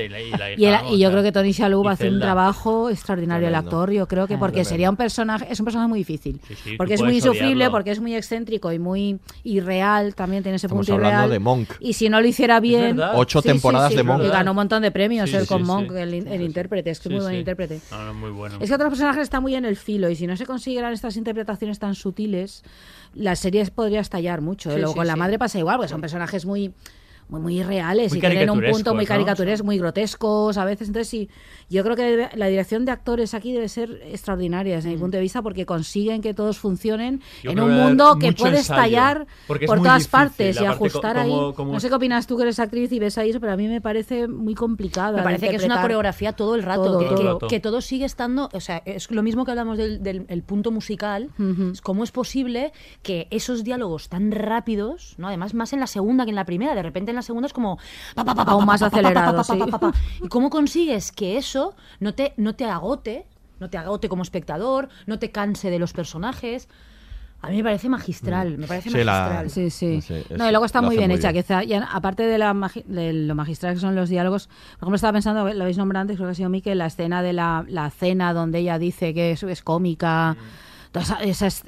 Y yo creo que Tony Shalhoub hace un trabajo extraordinario el actor. Yo creo que porque sería un personaje muy difícil. Porque es muy insufrible, porque es muy excéntrico y muy irreal. También tiene ese punto irreal. Hablando de Monk. Y si no lo hiciera bien... 8 temporadas de Monk. Y ganó un montón de premios con Monk, el intérprete. Es que es muy buen intérprete. Muy bueno. Es que otros personajes están muy en el filo y si no se consiguieran estas interpretaciones tan sutiles, la serie podría estallar mucho. Luego con la madre pasa igual, porque son personajes muy reales y tienen un punto muy caricaturesco, muy grotescos a veces. Entonces sí, yo creo que la dirección de actores aquí debe ser extraordinaria desde mi punto de vista porque consiguen que todos funcionen en un mundo que puede estallar por todas partes y ajustar ahí. No sé qué opinas tú que eres actriz y ves ahí eso, pero a mí me parece muy complicado. Me parece que es una coreografía todo el rato, todo. Que todo sigue estando, o sea, es lo mismo que hablamos del punto musical. ¿Cómo es posible que esos diálogos tan rápidos, ¿no? Además más en la segunda que en la primera, de repente en la segunda es como aún más acelerado, sí. ¿Y cómo consigues que eso no te agote como espectador, no te canse de los personajes? A mí me parece magistral, Sí. No, y luego está muy bien hecha, quizá, y aparte de lo magistral que son los diálogos, por ejemplo, estaba pensando, lo habéis nombrado antes, creo que ha sido Miquel, la escena de la cena donde ella dice que es cómica, esas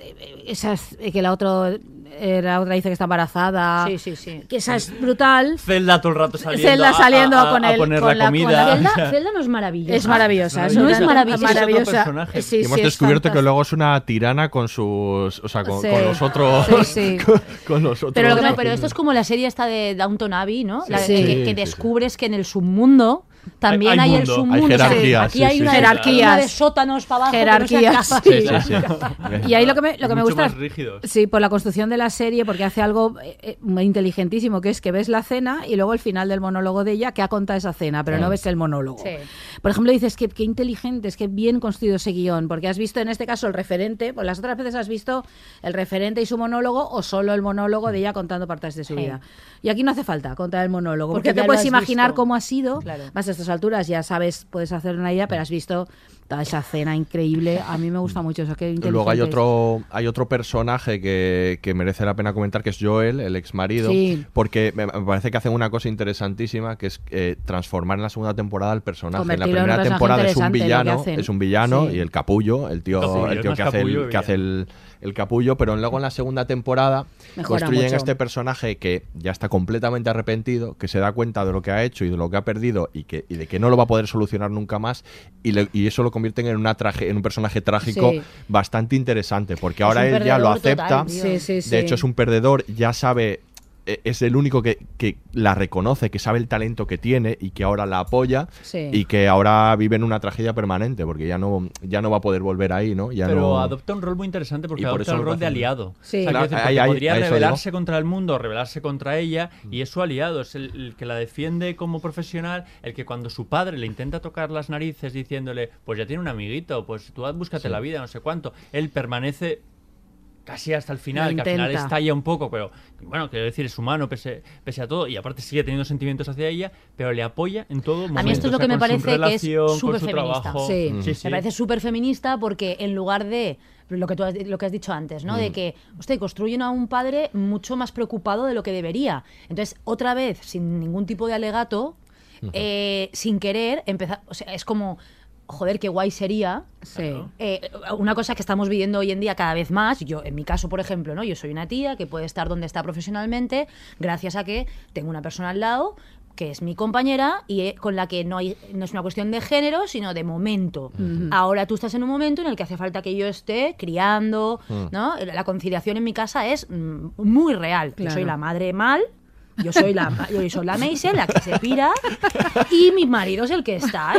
que la otra dice que está embarazada. Sí. Que esa es brutal. Zelda todo el rato saliendo a poner la comida. Zelda no es maravillosa. Es maravillosa. No es maravillosa. Sí, hemos descubierto que luego es una tirana con sus... O sea, con los otros... con los otros. Pero esto es como la serie esta de Downton Abbey, ¿no? Que descubres que en el submundo también hay el submundo. Hay jerarquías. Aquí hay una jerarquía de sótanos para abajo. Jerarquías. Y ahí lo que me gusta más rígidos. Sí, por la construcción de la serie, porque hace algo muy inteligentísimo, que es que ves la cena y luego el final del monólogo de ella que ha contado esa cena, pero no ves el monólogo. Sí. Por ejemplo, dices que inteligente, es que bien construido ese guión, porque has visto en este caso el referente, pues las otras veces has visto el referente y su monólogo o solo el monólogo de ella contando partes de su vida. Y aquí no hace falta contar el monólogo, porque te puedes imaginar cómo ha sido, más a estas alturas ya sabes, puedes hacer una idea, pero has visto toda esa cena increíble. A mí me gusta mucho eso. Qué inteligente. Luego hay otro personaje que merece la pena comentar, que es Joel, el ex marido, porque me parece que hacen una cosa interesantísima, que es transformar en la segunda temporada al personaje. En la primera temporada es un villano y el capullo, el tío que hace el capullo, pero luego en la segunda temporada construyen mucho este personaje que ya está completamente arrepentido, que se da cuenta de lo que ha hecho y de lo que ha perdido y de que no lo va a poder solucionar nunca más, y eso lo convierten en un personaje trágico bastante interesante, porque ahora él ya lo acepta, de hecho es un perdedor, ya sabe, es el único que la reconoce, que sabe el talento que tiene y que ahora la apoya y que ahora vive en una tragedia permanente porque ya no va a poder volver ahí, ¿no? Pero adopta un rol muy interesante porque adopta el rol de aliado. Sí. O sea, podría rebelarse contra el mundo, rebelarse contra ella, y es su aliado, es el que la defiende como profesional, el que cuando su padre le intenta tocar las narices diciéndole, pues ya tiene un amiguito, pues tú búscate la vida, no sé cuánto, él permanece casi hasta el final, que al final estalla un poco, pero bueno, quiero decir, es humano pese a todo, y aparte sigue teniendo sentimientos hacia ella, pero le apoya en todo momento. A mí esto es lo que me parece que es súper feminista. Sí. Me parece súper feminista porque en lugar de lo que has dicho antes, ¿no? De que construyen a un padre mucho más preocupado de lo que debería. Entonces, otra vez, sin ningún tipo de alegato, sin querer, empezar, o sea, es como... Joder, qué guay sería. Sí. Una cosa que estamos viviendo hoy en día cada vez más, yo en mi caso, por ejemplo, ¿no? Yo soy una tía que puede estar donde está profesionalmente gracias a que tengo una persona al lado que es mi compañera y con la que no es una cuestión de género, sino de momento. Ahora tú estás en un momento en el que hace falta que yo esté criando, ¿no? La conciliación en mi casa es muy real. Claro. Yo soy la madre mal. Yo soy la Maisel, la que se pira, y mi marido es el que está.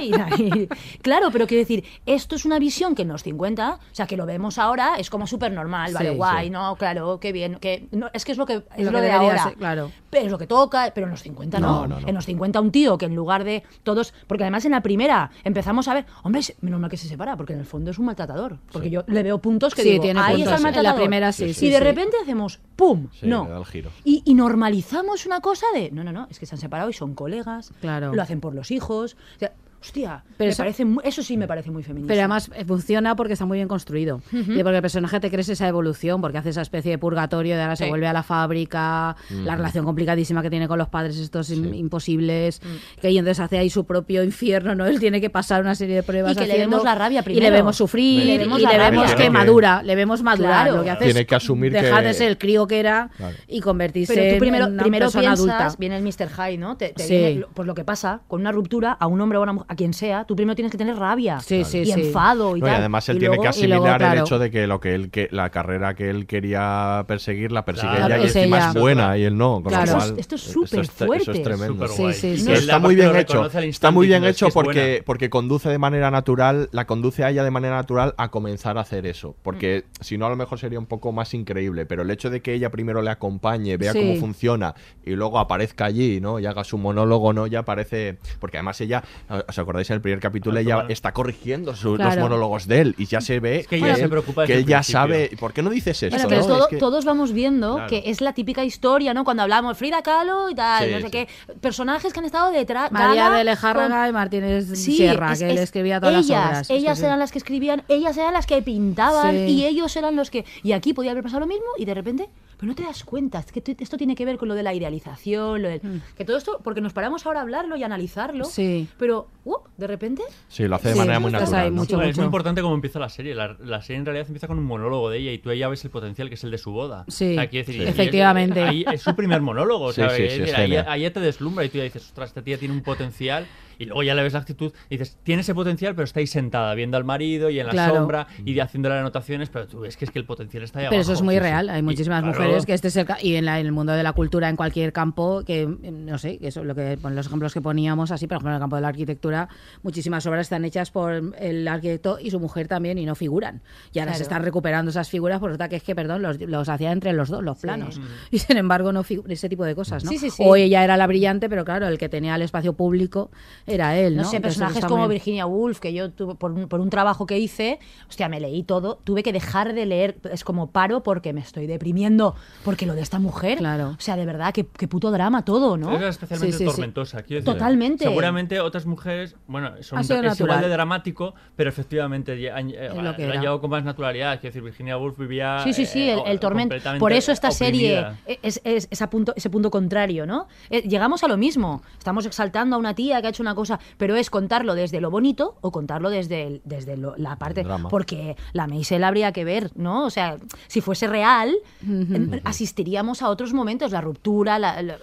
Claro, pero quiero decir, esto es una visión que en los 50, o sea, que lo vemos ahora, es como súper normal, vale, guay, ¿no? Claro, qué bien. Es que es lo que es lo de ahora. Ser, claro. Pero es lo que toca, pero en los 50 no. En los 50 un tío que en lugar de todos... Porque además en la primera empezamos a ver, hombre, menos mal que se separa, porque en el fondo es un maltratador. Porque yo le veo puntos que digo, tiene ahí puntos. está el maltratador. En la primera y de repente hacemos, ¡pum! No. Le da el giro. Y normalizamos una cosa de, no, es que se han separado y son colegas, claro. Lo hacen por los hijos, o sea, hostia, pero eso sí me parece muy feminista. Pero además funciona porque está muy bien construido. Y porque el personaje te crees esa evolución, porque hace esa especie de purgatorio de ahora se vuelve a la fábrica, la relación complicadísima que tiene con los padres estos imposibles, que entonces hace ahí su propio infierno, ¿no? Él tiene que pasar una serie de pruebas. Y que le vemos la rabia primero. Y le vemos sufrir, y le vemos que madura, le vemos madurar. Claro. Lo que hace tiene que asumir dejar de ser el crío que era y convertirse pero tú primero, en una persona adulta. Viene el Mr. Hyde, ¿no? Te viene, pues lo que pasa con una ruptura, a un hombre o a una mujer, a quien sea, tú primero tienes que tener rabia y enfado y tal. Y además él tiene que asimilar el hecho de que la carrera que él quería perseguir la persigue ella y encima es buena y él no. Con lo cual, esto es súper fuerte. Eso es tremendo. Sí. Está muy bien hecho. Está muy bien hecho porque conduce de manera natural, la conduce a ella de manera natural a comenzar a hacer eso. Porque si no, a lo mejor sería un poco más increíble. Pero el hecho de que ella primero le acompañe, vea cómo funciona y luego aparezca allí, ¿no? Y haga su monólogo, ¿no? Ya parece... Porque además ella, ¿os acordáis en el primer capítulo? Ella está corrigiendo los monólogos de él y ya se ve que ella se preocupa que él ya sabe. ¿Por qué no dices esto? Bueno, pero ¿no? todos vamos viendo que es la típica historia, ¿no? Cuando hablamos Frida Kahlo y tal, no sé qué, personajes que han estado detrás. María de Lejárraga y Martínez Sierra, que él escribía todas las obras. Ellas eran las que escribían, ellas eran las que pintaban y ellos eran los que... Y aquí podía haber pasado lo mismo y de repente... Pero no te das cuenta, es que esto tiene que ver con lo de la idealización, que todo esto, porque nos paramos ahora a hablarlo y a analizarlo, pero de repente... Sí, lo hace de manera muy natural. ¿no? Es muy importante cómo empieza la serie. La serie en realidad empieza con un monólogo de ella y tú ya ves el potencial que es el de su boda. Sí, o sea, decir, efectivamente. Ahí es su primer monólogo, ¿sabes? Ahí ya te deslumbra y tú ya dices, ostras, esta tía tiene un potencial... Y luego ya le ves la actitud y dices, tiene ese potencial, pero está ahí sentada, viendo al marido y en la sombra y haciéndole anotaciones, pero tú ves que es que el potencial está ahí abajo. Pero eso es muy real. Hay muchísimas mujeres que este es y en el mundo de la cultura, en cualquier campo, que no sé, que eso, los ejemplos que poníamos así, por ejemplo, en el campo de la arquitectura, muchísimas obras están hechas por el arquitecto y su mujer también y no figuran. Y ahora se están recuperando esas figuras, por resulta que es que, los hacía entre los dos, los planos. Y sin embargo, no ese tipo de cosas, ¿no? O ella era la brillante, pero claro, el que tenía el espacio público era él, ¿no? No sé, personajes como Virginia Woolf, que yo tuve, por un trabajo que hice, hostia, me leí todo, tuve que dejar de leer, es como paro porque me estoy deprimiendo, porque lo de esta mujer, o sea, de verdad, qué puto drama todo, ¿no? Es especialmente tormentosa, quiero decir. Totalmente. Seguramente otras mujeres, bueno, es igual de dramático, pero efectivamente han llevado con más naturalidad, quiero decir, Virginia Woolf vivía... el tormento. Por eso esta serie es ese punto contrario, ¿no? Llegamos a lo mismo, estamos exaltando a una tía que ha hecho una cosa, pero es contarlo desde lo bonito o contarlo desde la parte... Drama. Porque la Maisel habría que ver, ¿no? O sea, si fuese real, asistiríamos a otros momentos, la ruptura,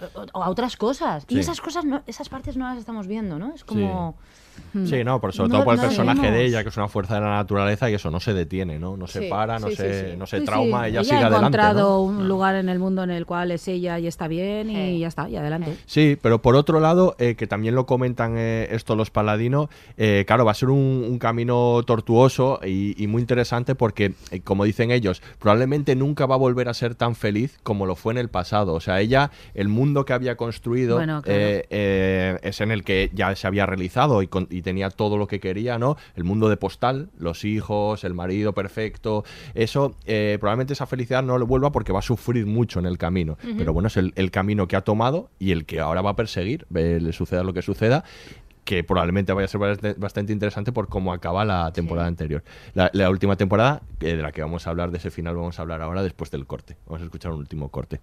o a otras cosas. Y esas cosas, esas partes no las estamos viendo, ¿no? Es como... Sí, no, sobre todo por el personaje de ella, que es una fuerza de la naturaleza y eso no se detiene, ¿no? No se para, no se trauma, ella sigue adelante. Ella ha encontrado un lugar en el mundo en el cual es ella y está bien y ya está, y adelante. Sí, pero por otro lado, que también lo comentan esto los Palladino, claro, va a ser un camino tortuoso y muy interesante porque, como dicen ellos, probablemente nunca va a volver a ser tan feliz como lo fue en el pasado. O sea, ella, el mundo que había construido es en el que ya se había realizado y y tenía todo lo que quería, ¿no? El mundo de Postal, los hijos, el marido perfecto, eso, probablemente esa felicidad no le vuelva porque va a sufrir mucho en el camino. Pero bueno, es el camino que ha tomado y el que ahora va a perseguir, le suceda lo que suceda, que probablemente vaya a ser bastante interesante por cómo acaba la temporada anterior. La última temporada, de la que vamos a hablar, de ese final vamos a hablar ahora después del corte. Vamos a escuchar un último corte.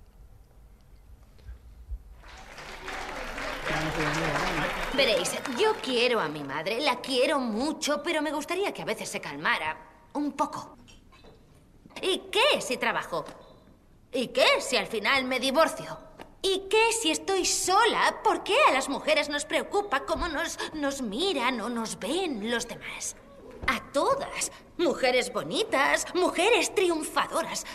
Veréis, yo quiero a mi madre, la quiero mucho, pero me gustaría que a veces se calmara un poco. ¿Y qué si trabajo? ¿Y qué si al final me divorcio? ¿Y qué si estoy sola? ¿Por qué a las mujeres nos preocupa cómo nos miran o nos ven los demás? A todas. Mujeres bonitas, mujeres triunfadoras.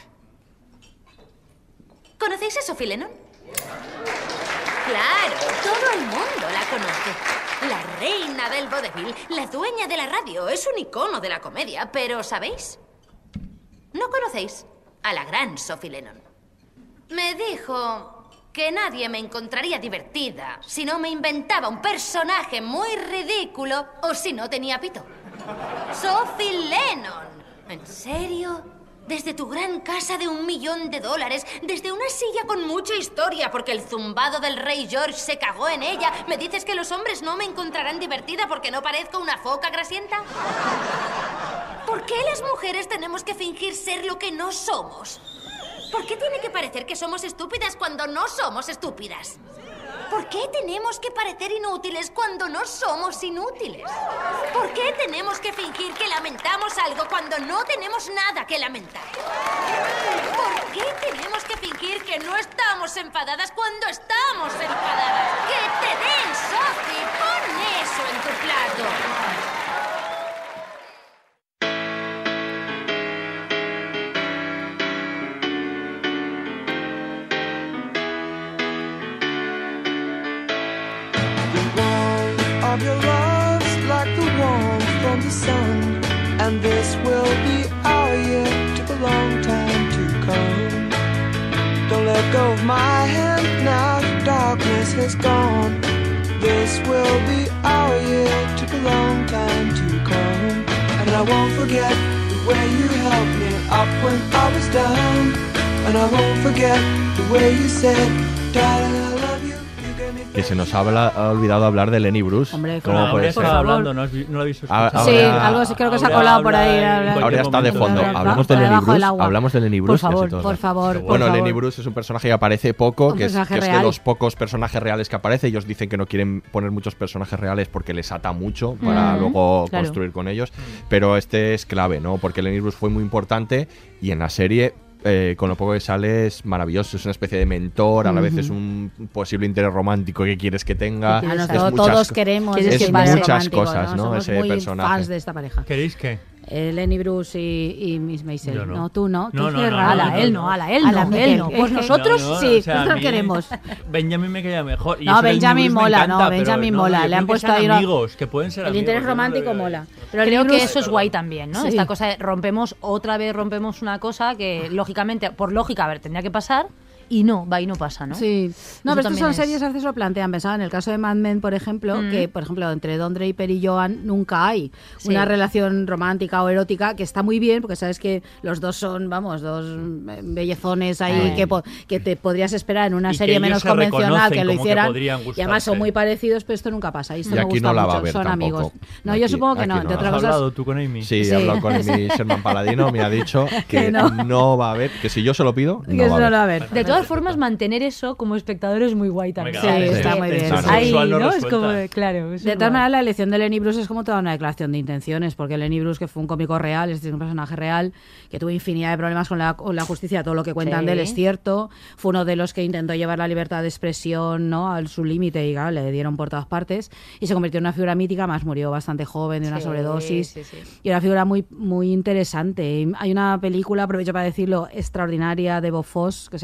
¿Conocéis a Sophie Lennon? Claro, todo el mundo la conoce. La reina del vodevil, la dueña de la radio, es un icono de la comedia, pero ¿sabéis? ¿No conocéis a la gran Sophie Lennon? Me dijo que nadie me encontraría divertida si no me inventaba un personaje muy ridículo o si no tenía pito. Sophie Lennon. ¿En serio? Desde tu gran casa de $1 millón, desde una silla con mucha historia porque el zumbado del rey George se cagó en ella, ¿me dices que los hombres no me encontrarán divertida porque no parezco una foca grasienta? ¿Por qué las mujeres tenemos que fingir ser lo que no somos? ¿Por qué tiene que parecer que somos estúpidas cuando no somos estúpidas? ¿Por qué tenemos que parecer inútiles cuando no somos inútiles? ¿Por qué tenemos que fingir que lamentamos algo cuando no tenemos nada que lamentar? ¿Por qué tenemos que fingir que no estamos enfadadas cuando estamos enfadadas? ¡Que te den, Sophie! ¡Pon eso en tu plato! Of your love's like the warmth from the sun, and this will be our year, took a long time to come. Don't let go of my hand now, the darkness has gone. This will be our year, took a long time to come. And I won't forget the way you helped me up when I was down, and I won't forget the way you said, darling, I love you. Que se nos ha olvidado hablar de Lenny Bruce. Hombre, ¿Cómo puede ser? Hablando, ¿no lo habéis escuchado? Sí, algo sí creo que se ha colado por ahí. Ahora está de fondo. Hablamos de Lenny Bruce. Hablamos de Lenny Bruce. Por favor. Bueno, Lenny Bruce es un personaje que aparece poco, que es de los pocos personajes reales que aparece. Ellos dicen que no quieren poner muchos personajes reales porque les ata mucho para luego construir con ellos. Pero este es clave, ¿no? Porque Lenny Bruce fue muy importante y en la serie con lo poco que sale es maravilloso, es una especie de mentor, a la vez es un posible interés romántico que quieres que tenga. Todos queremos es muchas cosas, ¿no? Somos ese muy personaje. fans de esta pareja. ¿Queréis qué? Lenny Bruce y Miss Maisel. Yo no. No, tú no. Él no. Pues nosotros sí, o sea, nosotros queremos. Benjamin me queda mejor. Y no, Benjamin mola, Benjamin mola. Le han puesto ahí amigos, que pueden ser el amigos, interés romántico mola. Pero creo que eso es guay también, ¿no? Sí. Esta cosa de rompemos una cosa que lógicamente, por lógica, a ver, tendría que pasar. Y no pasa, ¿no? Sí. No, eso pero estas son series a veces lo plantean. Pensaba en el caso de Mad Men, por ejemplo, que, por ejemplo, entre Don Draper y Joan nunca hay una relación romántica o erótica, que está muy bien, porque sabes que los dos son, vamos, dos bellezones ahí que te podrías esperar en una serie menos convencional que lo hicieran. Y además son muy parecidos, pero esto nunca pasa. Y esto y me aquí gusta no la mucho. va a ver son tampoco. amigos. No, aquí, yo supongo que no. No. De otra ¿Has cosa, hablado tú con Amy? Sí, he hablado con mi Sherman Paladino, me ha dicho que no va a haber, que si yo se lo pido, no va a haber. De todas formas, mantener eso como espectador es muy guay también. Sí, está muy bien. Ahí, ¿no? Es como, claro. De todas maneras, la elección de Lenny Bruce es como toda una declaración de intenciones, porque Lenny Bruce, que fue un cómico real, es un personaje real, que tuvo infinidad de problemas con la justicia, todo lo que cuentan de él es cierto, fue uno de los que intentó llevar la libertad de expresión, ¿no?, a su límite y claro, le dieron por todas partes y se convirtió en una figura mítica, más murió bastante joven de una sobredosis y una figura muy, muy interesante. Hay una película, aprovecho para decirlo, extraordinaria de Bob Fosse que se llama Lenny,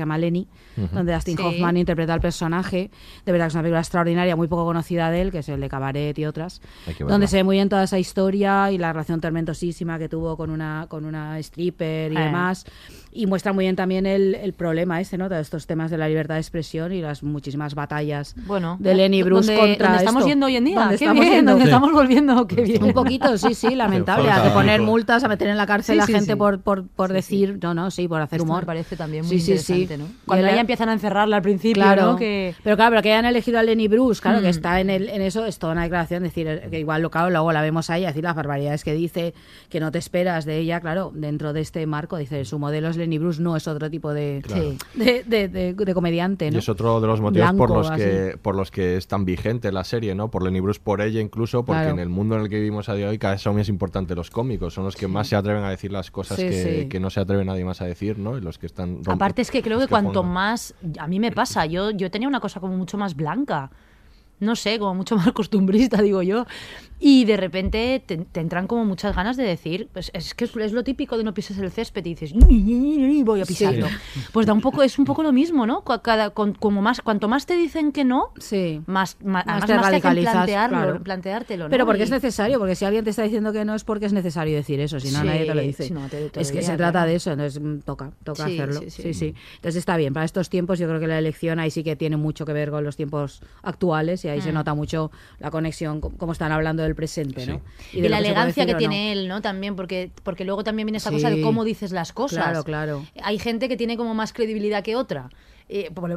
donde Dustin Hoffman interpreta al personaje. De verdad que es una película extraordinaria, muy poco conocida de él, que es el de Cabaret y otras, donde se ve muy bien toda esa historia y la relación tormentosísima que tuvo con una stripper y demás. Y muestra muy bien también el problema ¿no? De estos temas de la libertad de expresión y las muchísimas batallas de Lenny Bruce contra ¿Dónde estamos esto. yendo hoy en día? ¿Dónde Qué bien, donde estamos volviendo, qué bien. Un poquito, sí, lamentable. A que poner multas, a meter en la cárcel a gente por decir, por hacer humor. Me parece también muy interesante, ¿no? Cuando ya empiezan a encerrarla al principio, claro, ¿no? Pero que hayan elegido a Lenny Bruce, claro, que está en eso, es toda una declaración, decir, que igual luego la vemos ahí, decir las barbaridades que dice, que no te esperas de ella, claro, dentro de este marco, dice, su modelo es Lenny Bruce, no es otro tipo de comediante, ¿no? Y es otro de los motivos por los que es tan vigente la serie, ¿no? Por Lenny Bruce, por ella incluso, porque en el mundo en el que vivimos a día de hoy cada vez son más importantes los cómicos, son los que más se atreven a decir las cosas que no se atreve nadie más a decir, ¿no? Y los que están aparte es que creo que cuanto más, a mí me pasa, yo tenía una cosa como mucho más blanca, no sé, como mucho más costumbrista, digo yo. Y de repente te entran como muchas ganas de decir, pues es que es lo típico de no pises el césped y dices, voy a pisarlo. Sí. Pues es un poco lo mismo, ¿no? Cuanto más te dicen que no, más te hacen planteártelo, ¿no? Pero porque es necesario, porque si alguien te está diciendo que no es porque es necesario decir eso, si no nadie te lo dice. Si no, es que se trata de eso, entonces toca hacerlo. Sí. Entonces está bien, para estos tiempos yo creo que la elección ahí sí que tiene mucho que ver con los tiempos actuales y ahí se nota mucho la conexión, como están hablando del presente, ¿no? Y la elegancia que tiene él, ¿no? También, porque luego también viene esta cosa de cómo dices las cosas. Claro. Hay gente que tiene como más credibilidad que otra. Por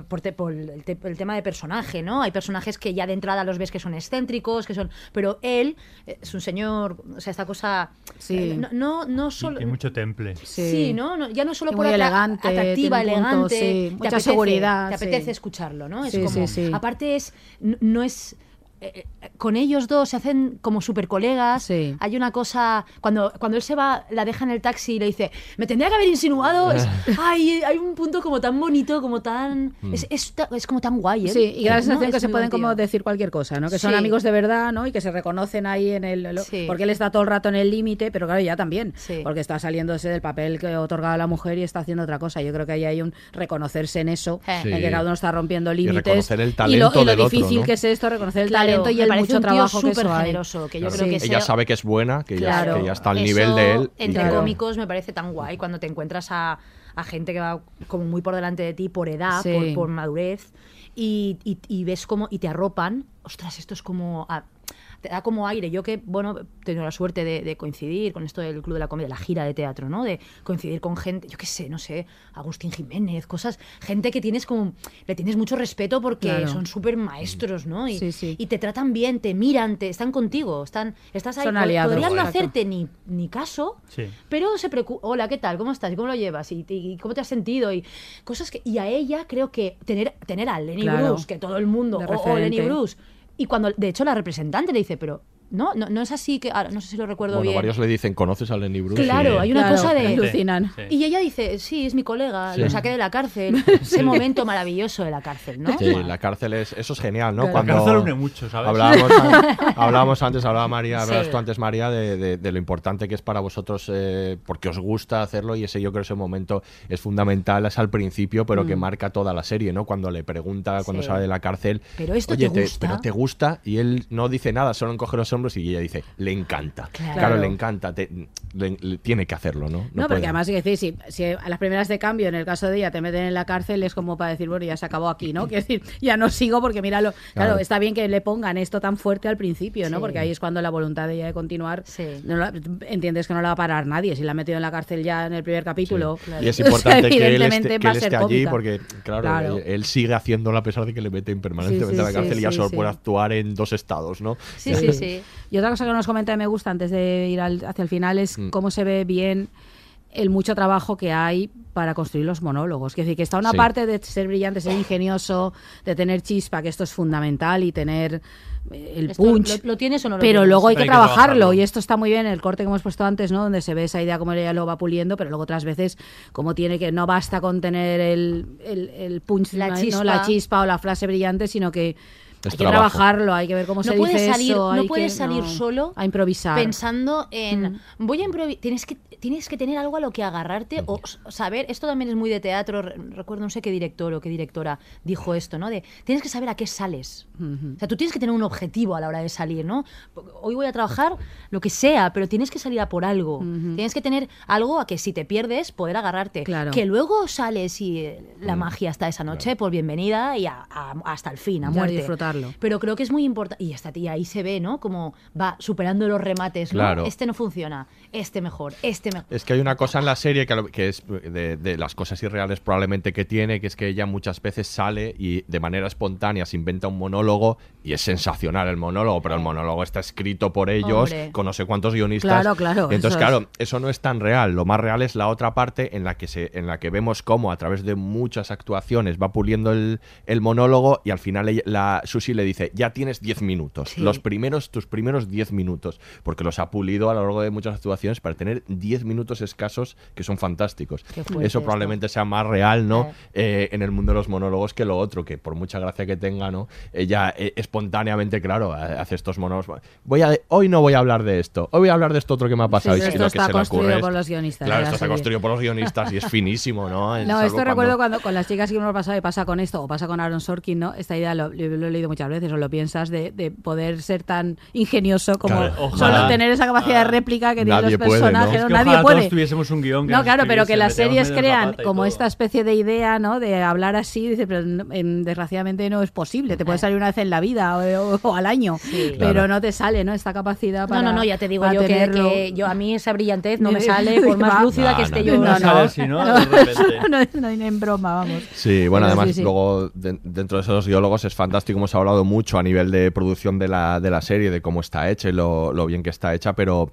el tema de personaje, ¿no? Hay personajes que ya de entrada los ves que son excéntricos, pero él es un señor, o sea, esta cosa no solo hay mucho temple. Sí, ¿no? Ya no solo muy por elegante, atractiva, elegante, mucha seguridad, te apetece escucharlo, ¿no? Es como aparte no es con ellos dos se hacen como super colegas. Hay una cosa cuando él se va, la deja en el taxi y le dice, me tendría que haber insinuado. Hay un punto como tan bonito, como tan es como tan guay, ¿eh? Sí, y da la sensación que se pueden como decir cualquier cosa, ¿no? Que son amigos de verdad, ¿no? Y que se reconocen ahí en porque él está todo el rato en el límite, pero claro, ella también, porque está saliéndose del papel que otorgaba la mujer y está haciendo otra cosa. Yo creo que ahí hay un reconocerse en eso, en que cada uno está rompiendo límites y reconocer el talento y lo difícil otro, ¿no? que es esto, reconocer el talento y el mucho trabajo que eso hay. Generoso, que yo creo que ella sabe que es buena, que ya está al nivel de él. Entre cómicos me parece tan guay cuando te encuentras a gente que va como muy por delante de ti por edad, por madurez y ves cómo y te arropan. Ostras, esto es como te da como aire. Yo que, he tenido la suerte de coincidir con esto del Club de la Comedia, la gira de teatro, ¿no? De coincidir con gente, yo qué sé, no sé, Agustín Jiménez, gente que le tienes mucho respeto porque son súper maestros, ¿no? Y te tratan bien, te miran, están contigo, estás ahí. Son aliados. Podrían no hacerte ni caso, pero se preocupan. Hola, ¿qué tal? ¿Cómo estás? ¿Y cómo lo llevas? ¿Y cómo te has sentido? Y cosas y a ella creo que tener a Lenny Bruce, que todo el mundo, o Lenny Bruce. Y cuando, de hecho, la representante le dice, pero no es así que... Ahora, no sé si lo recuerdo bien. Varios le dicen, ¿conoces a Lenny Bruce? Claro, hay una cosa de... Alucinan. Y ella dice, sí, es mi colega, lo saqué de la cárcel. Ese momento maravilloso de la cárcel, ¿no? Sí, la cárcel eso es genial, ¿no? Claro. Cuando la cárcel une mucho, ¿sabes? Hablábamos antes, hablabas tú antes, María, de lo importante que es para vosotros, porque os gusta hacerlo, y yo creo que ese momento es fundamental, es al principio, pero que marca toda la serie, ¿no? Cuando le pregunta, cuando sale de la cárcel, pero esto oye, pero te gusta, y él no dice nada, solo encoge los hombros y ella dice, le encanta. Claro, le encanta, tiene que hacerlo, ¿no? No, porque además, es decir, si a las primeras de cambio, en el caso de ella, te meten en la cárcel, es como para decir, bueno, ya se acabó aquí, ¿no? Quiero decir, ya no sigo porque míralo. Claro, está bien que le pongan esto tan fuerte al principio, ¿no? Porque ahí es cuando la voluntad de ella de continuar, entiendes que no la va a parar nadie. Si la ha metido en la cárcel ya en el primer capítulo. Y es importante que él esté allí porque, claro, él sigue haciéndolo a pesar de que le meten permanentemente a la cárcel y ya solo puede actuar en 2 estados, ¿no? Sí. Y otra cosa que nos comenta y me gusta antes de ir hacia el final es cómo se ve bien el mucho trabajo que hay para construir los monólogos. Es decir, que está una parte de ser brillante, ser ingenioso, de tener chispa, que esto es fundamental, y tener el punch. ¿Lo tienes o no lo pero tienes? luego hay que trabajarlo, y esto está muy bien en el corte que hemos puesto antes, ¿no? Donde se ve esa idea como ella lo va puliendo, pero luego otras veces como tiene que no basta con tener el punch, la chispa o la frase brillante, sino que Hay que trabajarlo, hay que ver cómo se dice eso. No puedes salir solo a improvisar. Pensando en voy a improvisar. Tienes que tener algo a lo que agarrarte o saber. Esto también es muy de teatro. Recuerdo, no sé qué director o qué directora dijo esto, ¿no? Tienes que saber a qué sales. O sea, tú tienes que tener un objetivo a la hora de salir, ¿no? Hoy voy a trabajar lo que sea, pero tienes que salir a por algo. Tienes que tener algo a que si te pierdes, poder agarrarte. Claro. Que luego sales y la magia está esa noche, pues bienvenida y hasta el fin, a muerte. Disfrutarlo. Pero creo que es muy importante. Y esta tía ahí se ve, ¿no? Como va superando los remates, ¿no? Claro. Este no funciona, este mejor, este mejor. Es que hay una cosa en la serie que es de las cosas irreales probablemente que tiene, que es que ella muchas veces sale y de manera espontánea se inventa un monólogo y es sensacional el monólogo, pero el monólogo está escrito por ellos, con no sé cuántos guionistas. Claro. Entonces, eso no es tan real. Lo más real es la otra parte en la que vemos cómo a través de muchas actuaciones va puliendo el monólogo y al final Susie le dice, ya tienes 10 minutos, tus primeros 10 minutos, porque los ha pulido a lo largo de muchas actuaciones para tener 10 minutos escasos que son fantásticos. Eso probablemente sea más real, ¿no? En el mundo de los monólogos que lo otro, que por mucha gracia que tenga, ¿no? Ella espontáneamente, claro, hace estos monólogos. Hoy no voy a hablar de esto, hoy voy a hablar de esto otro que me ha pasado. Sí, esto está construido por los guionistas. Claro, esto está construido por los guionistas y es finísimo, ¿no? Esto recuerdo cuando con las chicas que hemos pasado y pasa con esto, o pasa con Aaron Sorkin, ¿no? Esta idea lo he leído muchas veces, o lo piensas, de poder ser tan ingenioso como solo tener esa capacidad de réplica que tienen los personajes. ¿no? Es que nadie puede. Todos tuviésemos un guión que pero que las series crean como esta especie de idea, ¿no? De hablar así, dice, pero desgraciadamente no es posible. Te puede salir una vez en la vida o al año, pero no te sale, ¿no? Esta capacidad para No, ya te digo yo que yo a mí esa brillantez no me sale por más lúcida que esté yo. No sale así, ¿no? De repente. No hay en broma, vamos. Sí, bueno, pero además luego dentro de esos diálogos es fantástico, hemos hablado mucho a nivel de producción de la serie, de cómo está hecha y lo bien que está hecha, pero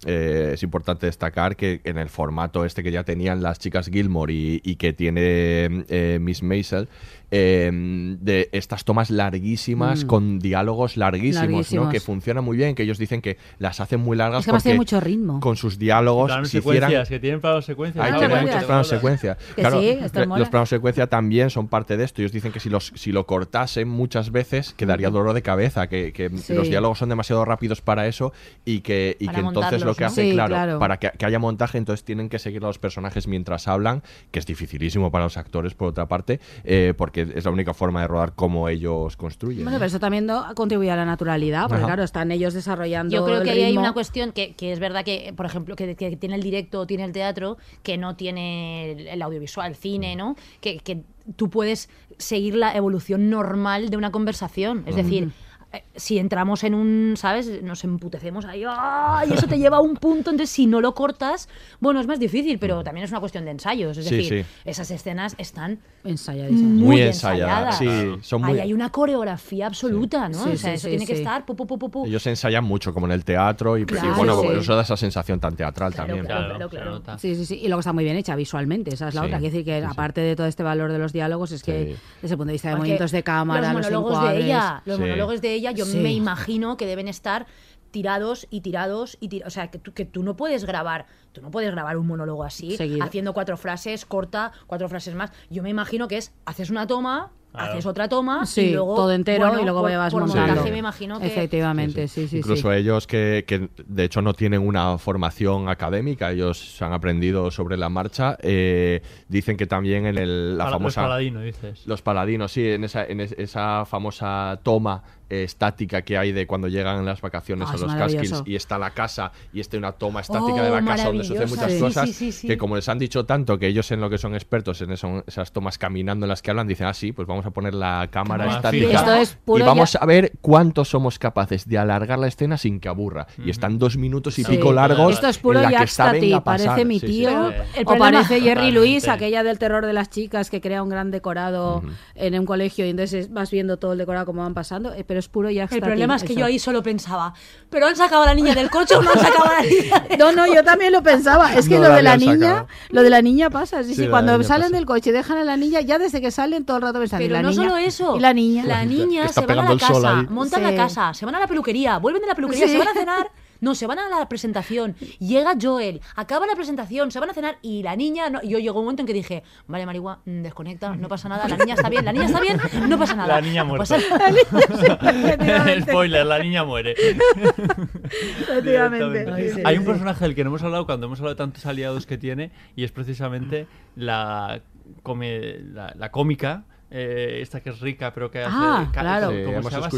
es importante destacar que en el formato que ya tenían las chicas Gilmore y que tiene Miss Maisel, de estas tomas larguísimas con diálogos larguísimos, ¿no? Que funcionan muy bien, que ellos dicen que las hacen muy largas porque tiene mucho ritmo. Con sus diálogos que tienen planos secuencia. Tienen muchos planos secuencia. Claro, los planos secuencia también son parte de esto. Ellos dicen que si lo cortasen muchas veces quedaría dolor de cabeza, que los diálogos son demasiado rápidos para eso y que entonces lo que hace, para que haya montaje, entonces tienen que seguir a los personajes mientras hablan, que es dificilísimo para los actores por otra parte, porque es la única forma de rodar como ellos construyen. Bueno, pero eso también contribuye a la naturalidad, porque claro, están ellos desarrollando. Yo creo que ahí hay una cuestión que es verdad que, por ejemplo, que tiene el directo, tiene el teatro, que no tiene el audiovisual, el cine, ¿no? Que tú puedes seguir la evolución normal de una conversación. Es decir, si entramos en un, ¿sabes? Nos emputecemos ahí, y eso te lleva a un punto, entonces si no lo cortas, bueno, es más difícil, pero también es una cuestión de ensayos, es decir, esas escenas están ensayadísimas, muy ensayadas. Sí, son muy... hay una coreografía absoluta, ¿no? Sí, o sea, eso tiene que estar Ellos ensayan mucho, como en el teatro, y bueno, eso da esa sensación tan teatral también. Claro. Sí, y luego está muy bien hecha visualmente, esa es la otra. Quiere decir que aparte de todo este valor de los diálogos, es que desde el punto de vista de movimientos de cámara, los encuadres, los monólogos de ella, yo me imagino que deben estar tirados, o sea, que tú no puedes grabar un monólogo así, haciendo 4 frases, corta, 4 frases más. Yo me imagino que haces una toma, haces otra toma y luego todo entero y luego vas montando. Montaje, me imagino que... Efectivamente, incluso ellos que de hecho no tienen una formación académica, ellos han aprendido sobre la marcha, dicen que también en la famosa... Los paladinos, dices. Los paladinos, sí, en esa famosa toma estática que hay de cuando llegan las vacaciones a los Catskills y está la casa y está una toma estática de la casa donde suceden muchas cosas que como les han dicho tanto que ellos en lo que son expertos en esas tomas caminando en las que hablan, dicen pues vamos a poner la cámara estática y vamos a ver cuánto somos capaces de alargar la escena sin que aburra. Y están 2 minutos y pico largos. Esto es puro Jack Stati, parece mi tío o parece Jerry Lewis, aquella del terror de las chicas que crea un gran decorado en un colegio y entonces vas viendo todo el decorado como van pasando, pero es puro Jack Stati. El problema es que yo ahí solo pensaba, ¿pero han sacado a la niña del coche o no han sacado a la niña? No, yo también lo pensaba. Es que lo de la niña pasa. Sí, cuando salen del coche y dejan a la niña, ya desde que salen todo el rato pensando. Pero no solo eso. Y la niña se van a la casa, montan la casa, se van a la peluquería, vuelven de la peluquería, se van a cenar. No, se van a la presentación, llega Joel, acaba la presentación, se van a cenar y la niña... No, yo llegó un momento en que dije, vale, Marigua, desconecta, no pasa nada, la niña está bien, no pasa nada. La niña muere. Spoiler, la niña muere. Efectivamente. Hay un personaje del que no hemos hablado cuando hemos hablado de tantos aliados que tiene y es precisamente la cómica, esta que es rica pero que hace... claro. Sí,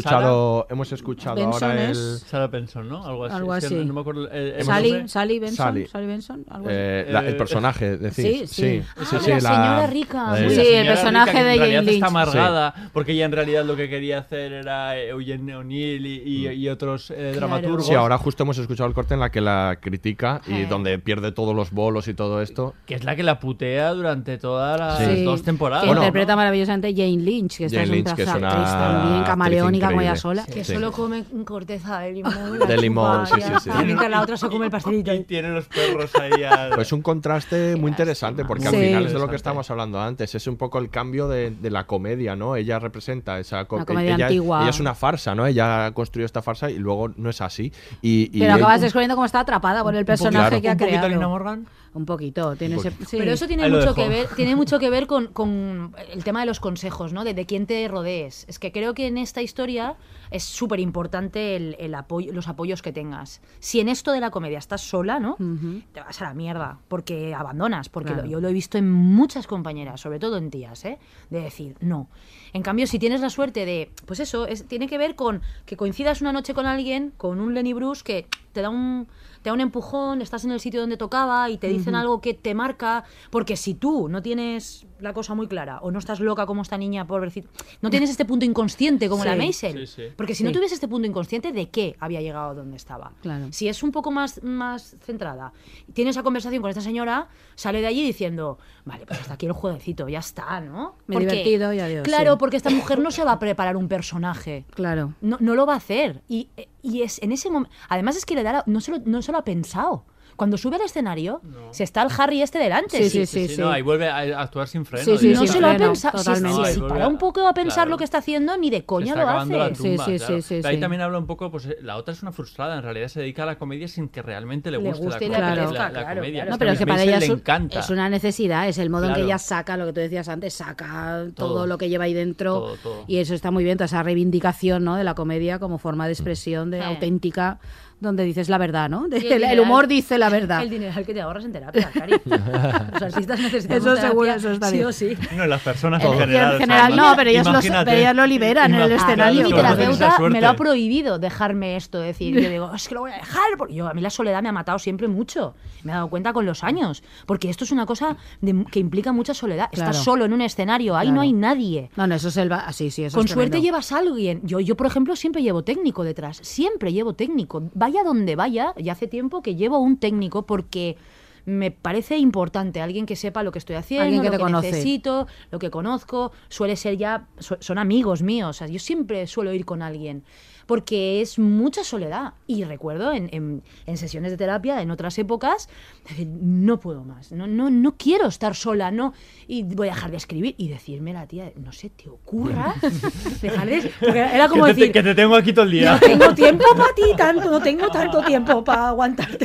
hemos escuchado Benson ahora es... Sarah Benson, ¿no? Algo así. No me acuerdo Sally Benson, algo así. El personaje, decís. Sí. La señora rica. Sí, el personaje de Jane Lynch. Está amargada porque ella en realidad lo que quería hacer era Eugene O'Neill y otros dramaturgos. Sí, ahora justo hemos escuchado el corte en la que la critica y donde pierde todos los bolos y todo esto. Que es la que la putea durante todas las 2 temporadas. Que interpreta maravillosamente Jane Lynch, que está en actriz también camaleónica como ella sola. Que solo come corteza de limón. De limón, sí. Mientras la otra se come el pastelito. Y tiene los perros ahí. Pues un contraste muy interesante, porque al final es de lo que estábamos hablando antes. Es un poco el cambio de la comedia, ¿no? Ella representa esa comedia antigua. Ella es una farsa, ¿no? Ella construyó esta farsa y luego no es así. Pero acabas descubriendo cómo está atrapada por el personaje que ha creado. ¿Un poquito Lina Morgan? Un poquito, tiene ese... Sí. Pero eso tiene mucho que ver con el tema de los consejos, ¿no? De quién te rodees. Es que creo que en esta historia es súper importante el apoyo, los apoyos que tengas. Si en esto de la comedia estás sola, ¿no? Te vas a la mierda, porque abandonas, porque yo lo he visto en muchas compañeras, sobre todo en tías, de decir, no. En cambio, si tienes la suerte de, pues eso, tiene que ver con que coincidas una noche con alguien, con un Lenny Bruce que te da un empujón, estás en el sitio donde tocaba y te dicen algo que te marca, porque si tú no tienes la cosa muy clara o no estás loca como esta niña, pobrecita, no tienes este punto inconsciente como la Maisel, porque si no tuviese este punto inconsciente, ¿de qué había llegado donde estaba? Claro. Si es un poco más centrada, tienes esa conversación con esta señora, sale de allí diciendo, vale, pues hasta aquí el jueguecito, ya está, ¿no? Me he divertido y adiós. Claro, porque esta mujer no se va a preparar un personaje. Claro. No lo va a hacer. Y es en ese momento... Además es que no se lo ha pensado. Cuando sube al escenario, se está el Harry delante. Sí. No, y vuelve a actuar sin freno. No se lo ha pensado. Si para un poco a pensar lo que está haciendo, ni de coña lo hace. Pero ahí también habla un poco, pues la otra es una frustrada. En realidad se dedica a la comedia sin que realmente le guste la comedia. No, pero es que para ella es una necesidad, es el modo en que ella saca, lo que tú decías antes, saca todo lo que lleva ahí dentro. Todo. Y eso está muy bien, toda esa reivindicación, ¿no?, de la comedia como forma de expresión auténtica, donde dices la verdad, ¿no? El humor dice la verdad. El dinero que te ahorras en terapia, Cari. Los artistas necesitamos eso terapia, seguro, eso está bien. Sí o sí. No, las personas en general no, pero ellas lo liberan en el escenario. Mi terapeuta me lo ha prohibido dejarme esto, decir, yo digo, es que lo voy a dejar. Porque a mí la soledad me ha matado siempre mucho. Me he dado cuenta con los años. Porque esto es una cosa que implica mucha soledad. Estás solo en un escenario, ahí no hay nadie. No, eso es sí, eso con es suerte tremendo. llevas a alguien. Yo, por ejemplo, siempre llevo técnico detrás. Siempre llevo técnico. Vaya donde vaya, ya hace tiempo que llevo un técnico porque me parece importante alguien que sepa lo que estoy haciendo, lo que necesito, lo que conozco. Suele ser son amigos míos. O sea, yo siempre suelo ir con alguien porque es mucha soledad. Y recuerdo en sesiones de terapia, en otras épocas, decir, no puedo más, no quiero estar sola, y voy a dejar de escribir. Y decirme la tía, no se te ocurra dejar de... Porque era como decir... Que te tengo aquí todo el día. No tengo tiempo para ti, no tengo tanto tiempo para aguantarte.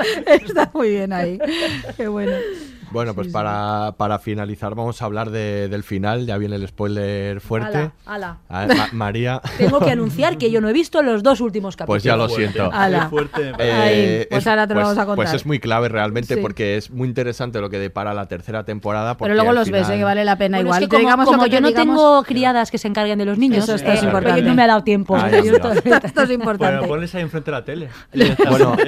Está muy bien ahí. Qué bueno. Bueno, pues para finalizar vamos a hablar del final. Ya viene el spoiler fuerte. Ala. María. Tengo que anunciar que yo no he visto los 2 últimos capítulos. Pues ya lo siento. Pues ahora te lo vamos a contar. Pues es muy clave realmente porque es muy interesante lo que depara la tercera temporada. Pero luego los ves, que vale la pena igual. Es que como yo no tengo criadas que se encarguen de los niños, eso está importante. No me ha dado tiempo. Esto es importante. Bueno, ponles ahí enfrente de la tele. Bueno,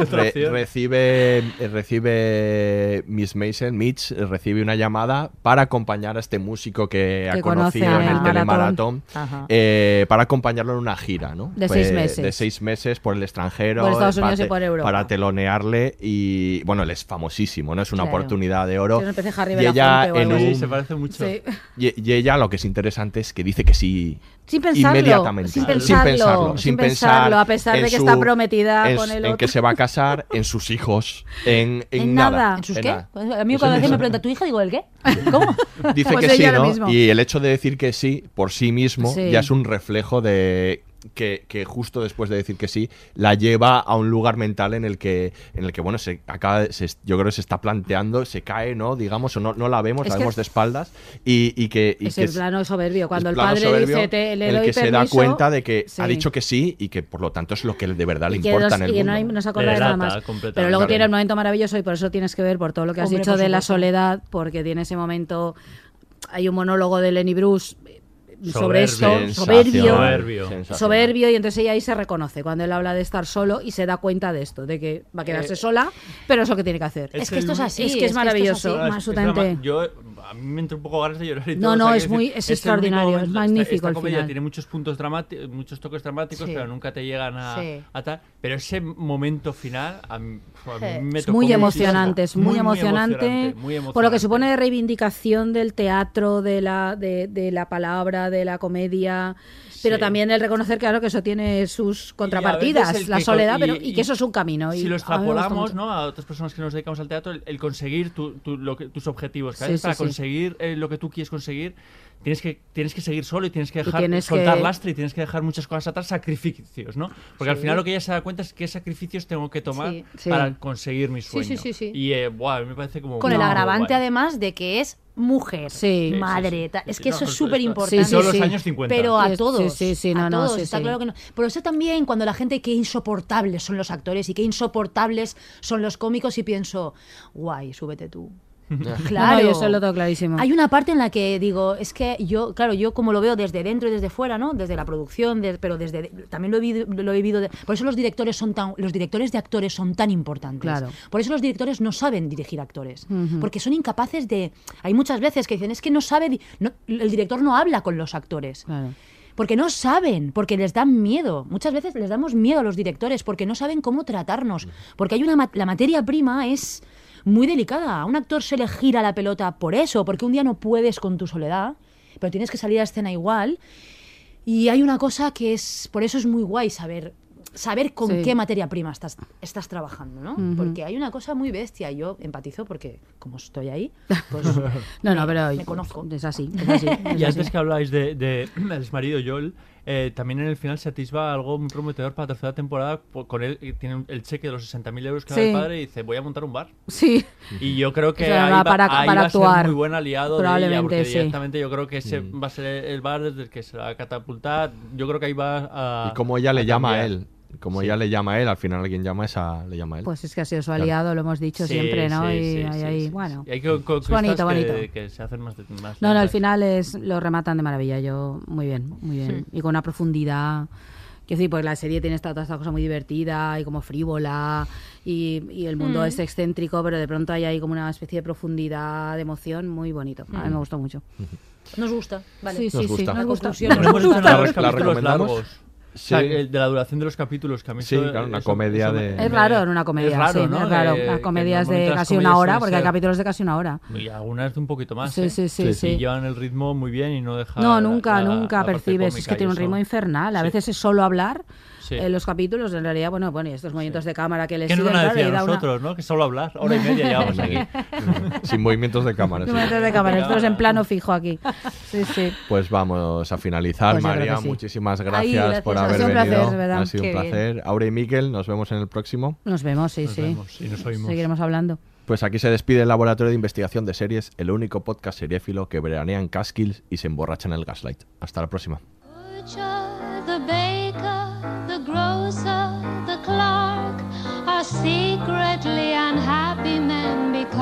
recibe Miss Maisel, Mitch recibe una llamada para acompañar a este músico que ha conocido en el telemaratón, para acompañarlo en una gira, ¿no? De 6 meses. De 6 meses por el extranjero. Por Estados Unidos y por Europa. Para telonearle y, bueno, él es famosísimo, ¿no? Es una oportunidad de oro. Y ella se parece mucho. Sí. Y ella lo que es interesante es que dice que sí. Sin pensarlo, inmediatamente. Sin pensarlo, a pesar de que está prometida con el otro. En que se va a casar, en sus hijos, en nada. ¿En sus qué? A mí cuando me pregunta, ¿tu hija? Digo, ¿el qué? ¿Cómo? Dice pues que sí, ¿no? Mismo. Y el hecho de decir que sí por sí mismo ya es un reflejo de que justo después de decir que sí, la lleva a un lugar mental en el que bueno, yo creo que se está planteando, se cae, ¿no? Digamos, o no la vemos, la vemos de espaldas y que... Es el plano soberbio, cuando el padre dice, le doy el que permiso, se da cuenta de que ha dicho que sí y que por lo tanto es lo que de verdad le importa en el mundo. Y no se acuerda de nada más. Pero luego tiene el momento maravilloso y por eso tienes que ver por todo lo que has dicho de la soledad, porque tiene ese momento, hay un monólogo de Lenny Bruce sobre esto, soberbio, y entonces ella ahí se reconoce cuando él habla de estar solo y se da cuenta de esto, de que va a quedarse sola, pero es lo que tiene que hacer. Es que esto es así, es que es maravilloso, absolutamente. A mí me entra un poco ganas de llorar y todo. No, es extraordinario, es magnífico. Esta comedia tiene muchos puntos dramáticos, muchos toques dramáticos, pero nunca te llegan a tal. Pero ese momento final a mí me tocó muy emocionante, es muy emocionante, por lo que supone de reivindicación del teatro, de la palabra, de la comedia, pero también el reconocer, claro, que eso tiene sus contrapartidas, la soledad, y que eso es un camino. Si lo extrapolamos, ¿no?, a otras personas que nos dedicamos al teatro, el conseguir tus objetivos, que a veces para conseguir lo que tú quieres conseguir, tienes que seguir solo y tienes que soltar lastre y tienes que dejar muchas cosas atrás, sacrificios, ¿no? Porque al final lo que ella se da cuenta es qué sacrificios tengo que tomar para conseguir mi sueño. Y a mí me parece como... Con el agravante además de que es mujer, madre, es que eso es súper importante. Todos los años 50. Pero a todos, todos, está claro que no. Por eso también cuando la gente, qué insoportables son los actores y qué insoportables son los cómicos, y pienso, guay, súbete tú. Claro, yo eso lo tengo clarísimo. Hay una parte en la que digo, es que yo como lo veo desde dentro y desde fuera, ¿no? Desde la producción, pero también lo he vivido por eso los directores de actores son tan importantes. Claro. Por eso los directores no saben dirigir actores, porque son incapaces de... Hay muchas veces que dicen, es que no sabe, el director no habla con los actores. Claro. Porque no saben, porque les dan miedo. Muchas veces les damos miedo a los directores porque no saben cómo tratarnos. Porque la materia prima es muy delicada. A un actor se le gira la pelota por eso, porque un día no puedes con tu soledad, pero tienes que salir a escena igual. Y hay una cosa que es... Por eso es muy guay saber con qué materia prima estás trabajando, ¿no? Porque hay una cosa muy bestia. Yo empatizo porque, como estoy ahí, pues me conozco. Es así. Y antes que habláis de el exmarido Joel, también en el final se atisba algo muy prometedor para la tercera temporada. Con él tiene el cheque de los 60.000 euros que da el padre y dice, voy a montar un bar. Sí. Y yo creo que ahí va a ser muy buen aliado de ella, porque sí. directamente yo creo que ese va a ser el bar desde el que se va a catapultar. Yo creo que ahí va a... Y como ella le llama a él. Como ella le llama a él, al final alguien le llama a él. Pues es que ha sido su aliado, lo hemos dicho siempre, ¿no? Bueno, y hay es bonito. Que se hacen más. No, al final lo rematan de maravilla. Muy bien. Y con una profundidad. Quiero decir, pues la serie tiene toda esta cosa muy divertida y como frívola y el mundo es excéntrico, pero de pronto hay ahí como una especie de profundidad, de emoción muy bonito. A mí me gustó mucho. Nos gusta, vale. Sí, nos gusta. ¿La recomendamos? Sí. O sea, de la duración de los capítulos que a mí claro, una comedia de... Es raro en una comedia, es raro, ¿no? Es raro. Las comedias de casi una hora, porque hay capítulos de casi una hora. Y algunas de un poquito más, Sí. Y llevan el ritmo muy bien y no dejan... No, nunca percibes. Es que tiene un ritmo infernal. A veces es solo hablar en los capítulos. En realidad, bueno, y estos movimientos de cámara que les siguen... ¿Qué no nos decía nosotros, no? Que solo hablar. Hora y media llevamos aquí. Sin movimientos de cámara. Movimientos de cámara. Nosotros en plano fijo aquí. Sí. Pues vamos a finalizar, pues María. Muchísimas gracias por haber venido. Ha sido un placer. Aure y Miquel, nos vemos en el próximo. Nos vemos, sí. Vemos y nos oímos. Seguiremos hablando. Pues aquí se despide el Laboratorio de Investigación de Series, el único podcast seriéfilo que veranea en Catskills y se emborracha en el Gaslight. Hasta la próxima. The baker, the grocer, the clerk are secretly unhappy men because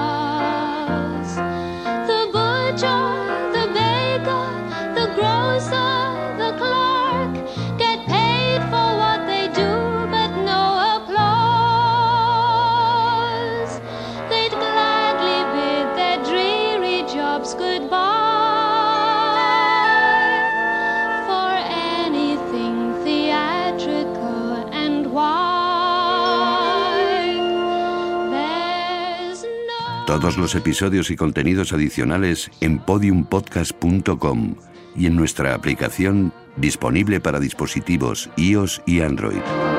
the butcher, the baker, the grocer, the clerk get paid for what they do, but no applause. They'd gladly bid their dreary jobs goodbye. Todos los episodios y contenidos adicionales en podiumpodcast.com y en nuestra aplicación disponible para dispositivos iOS y Android.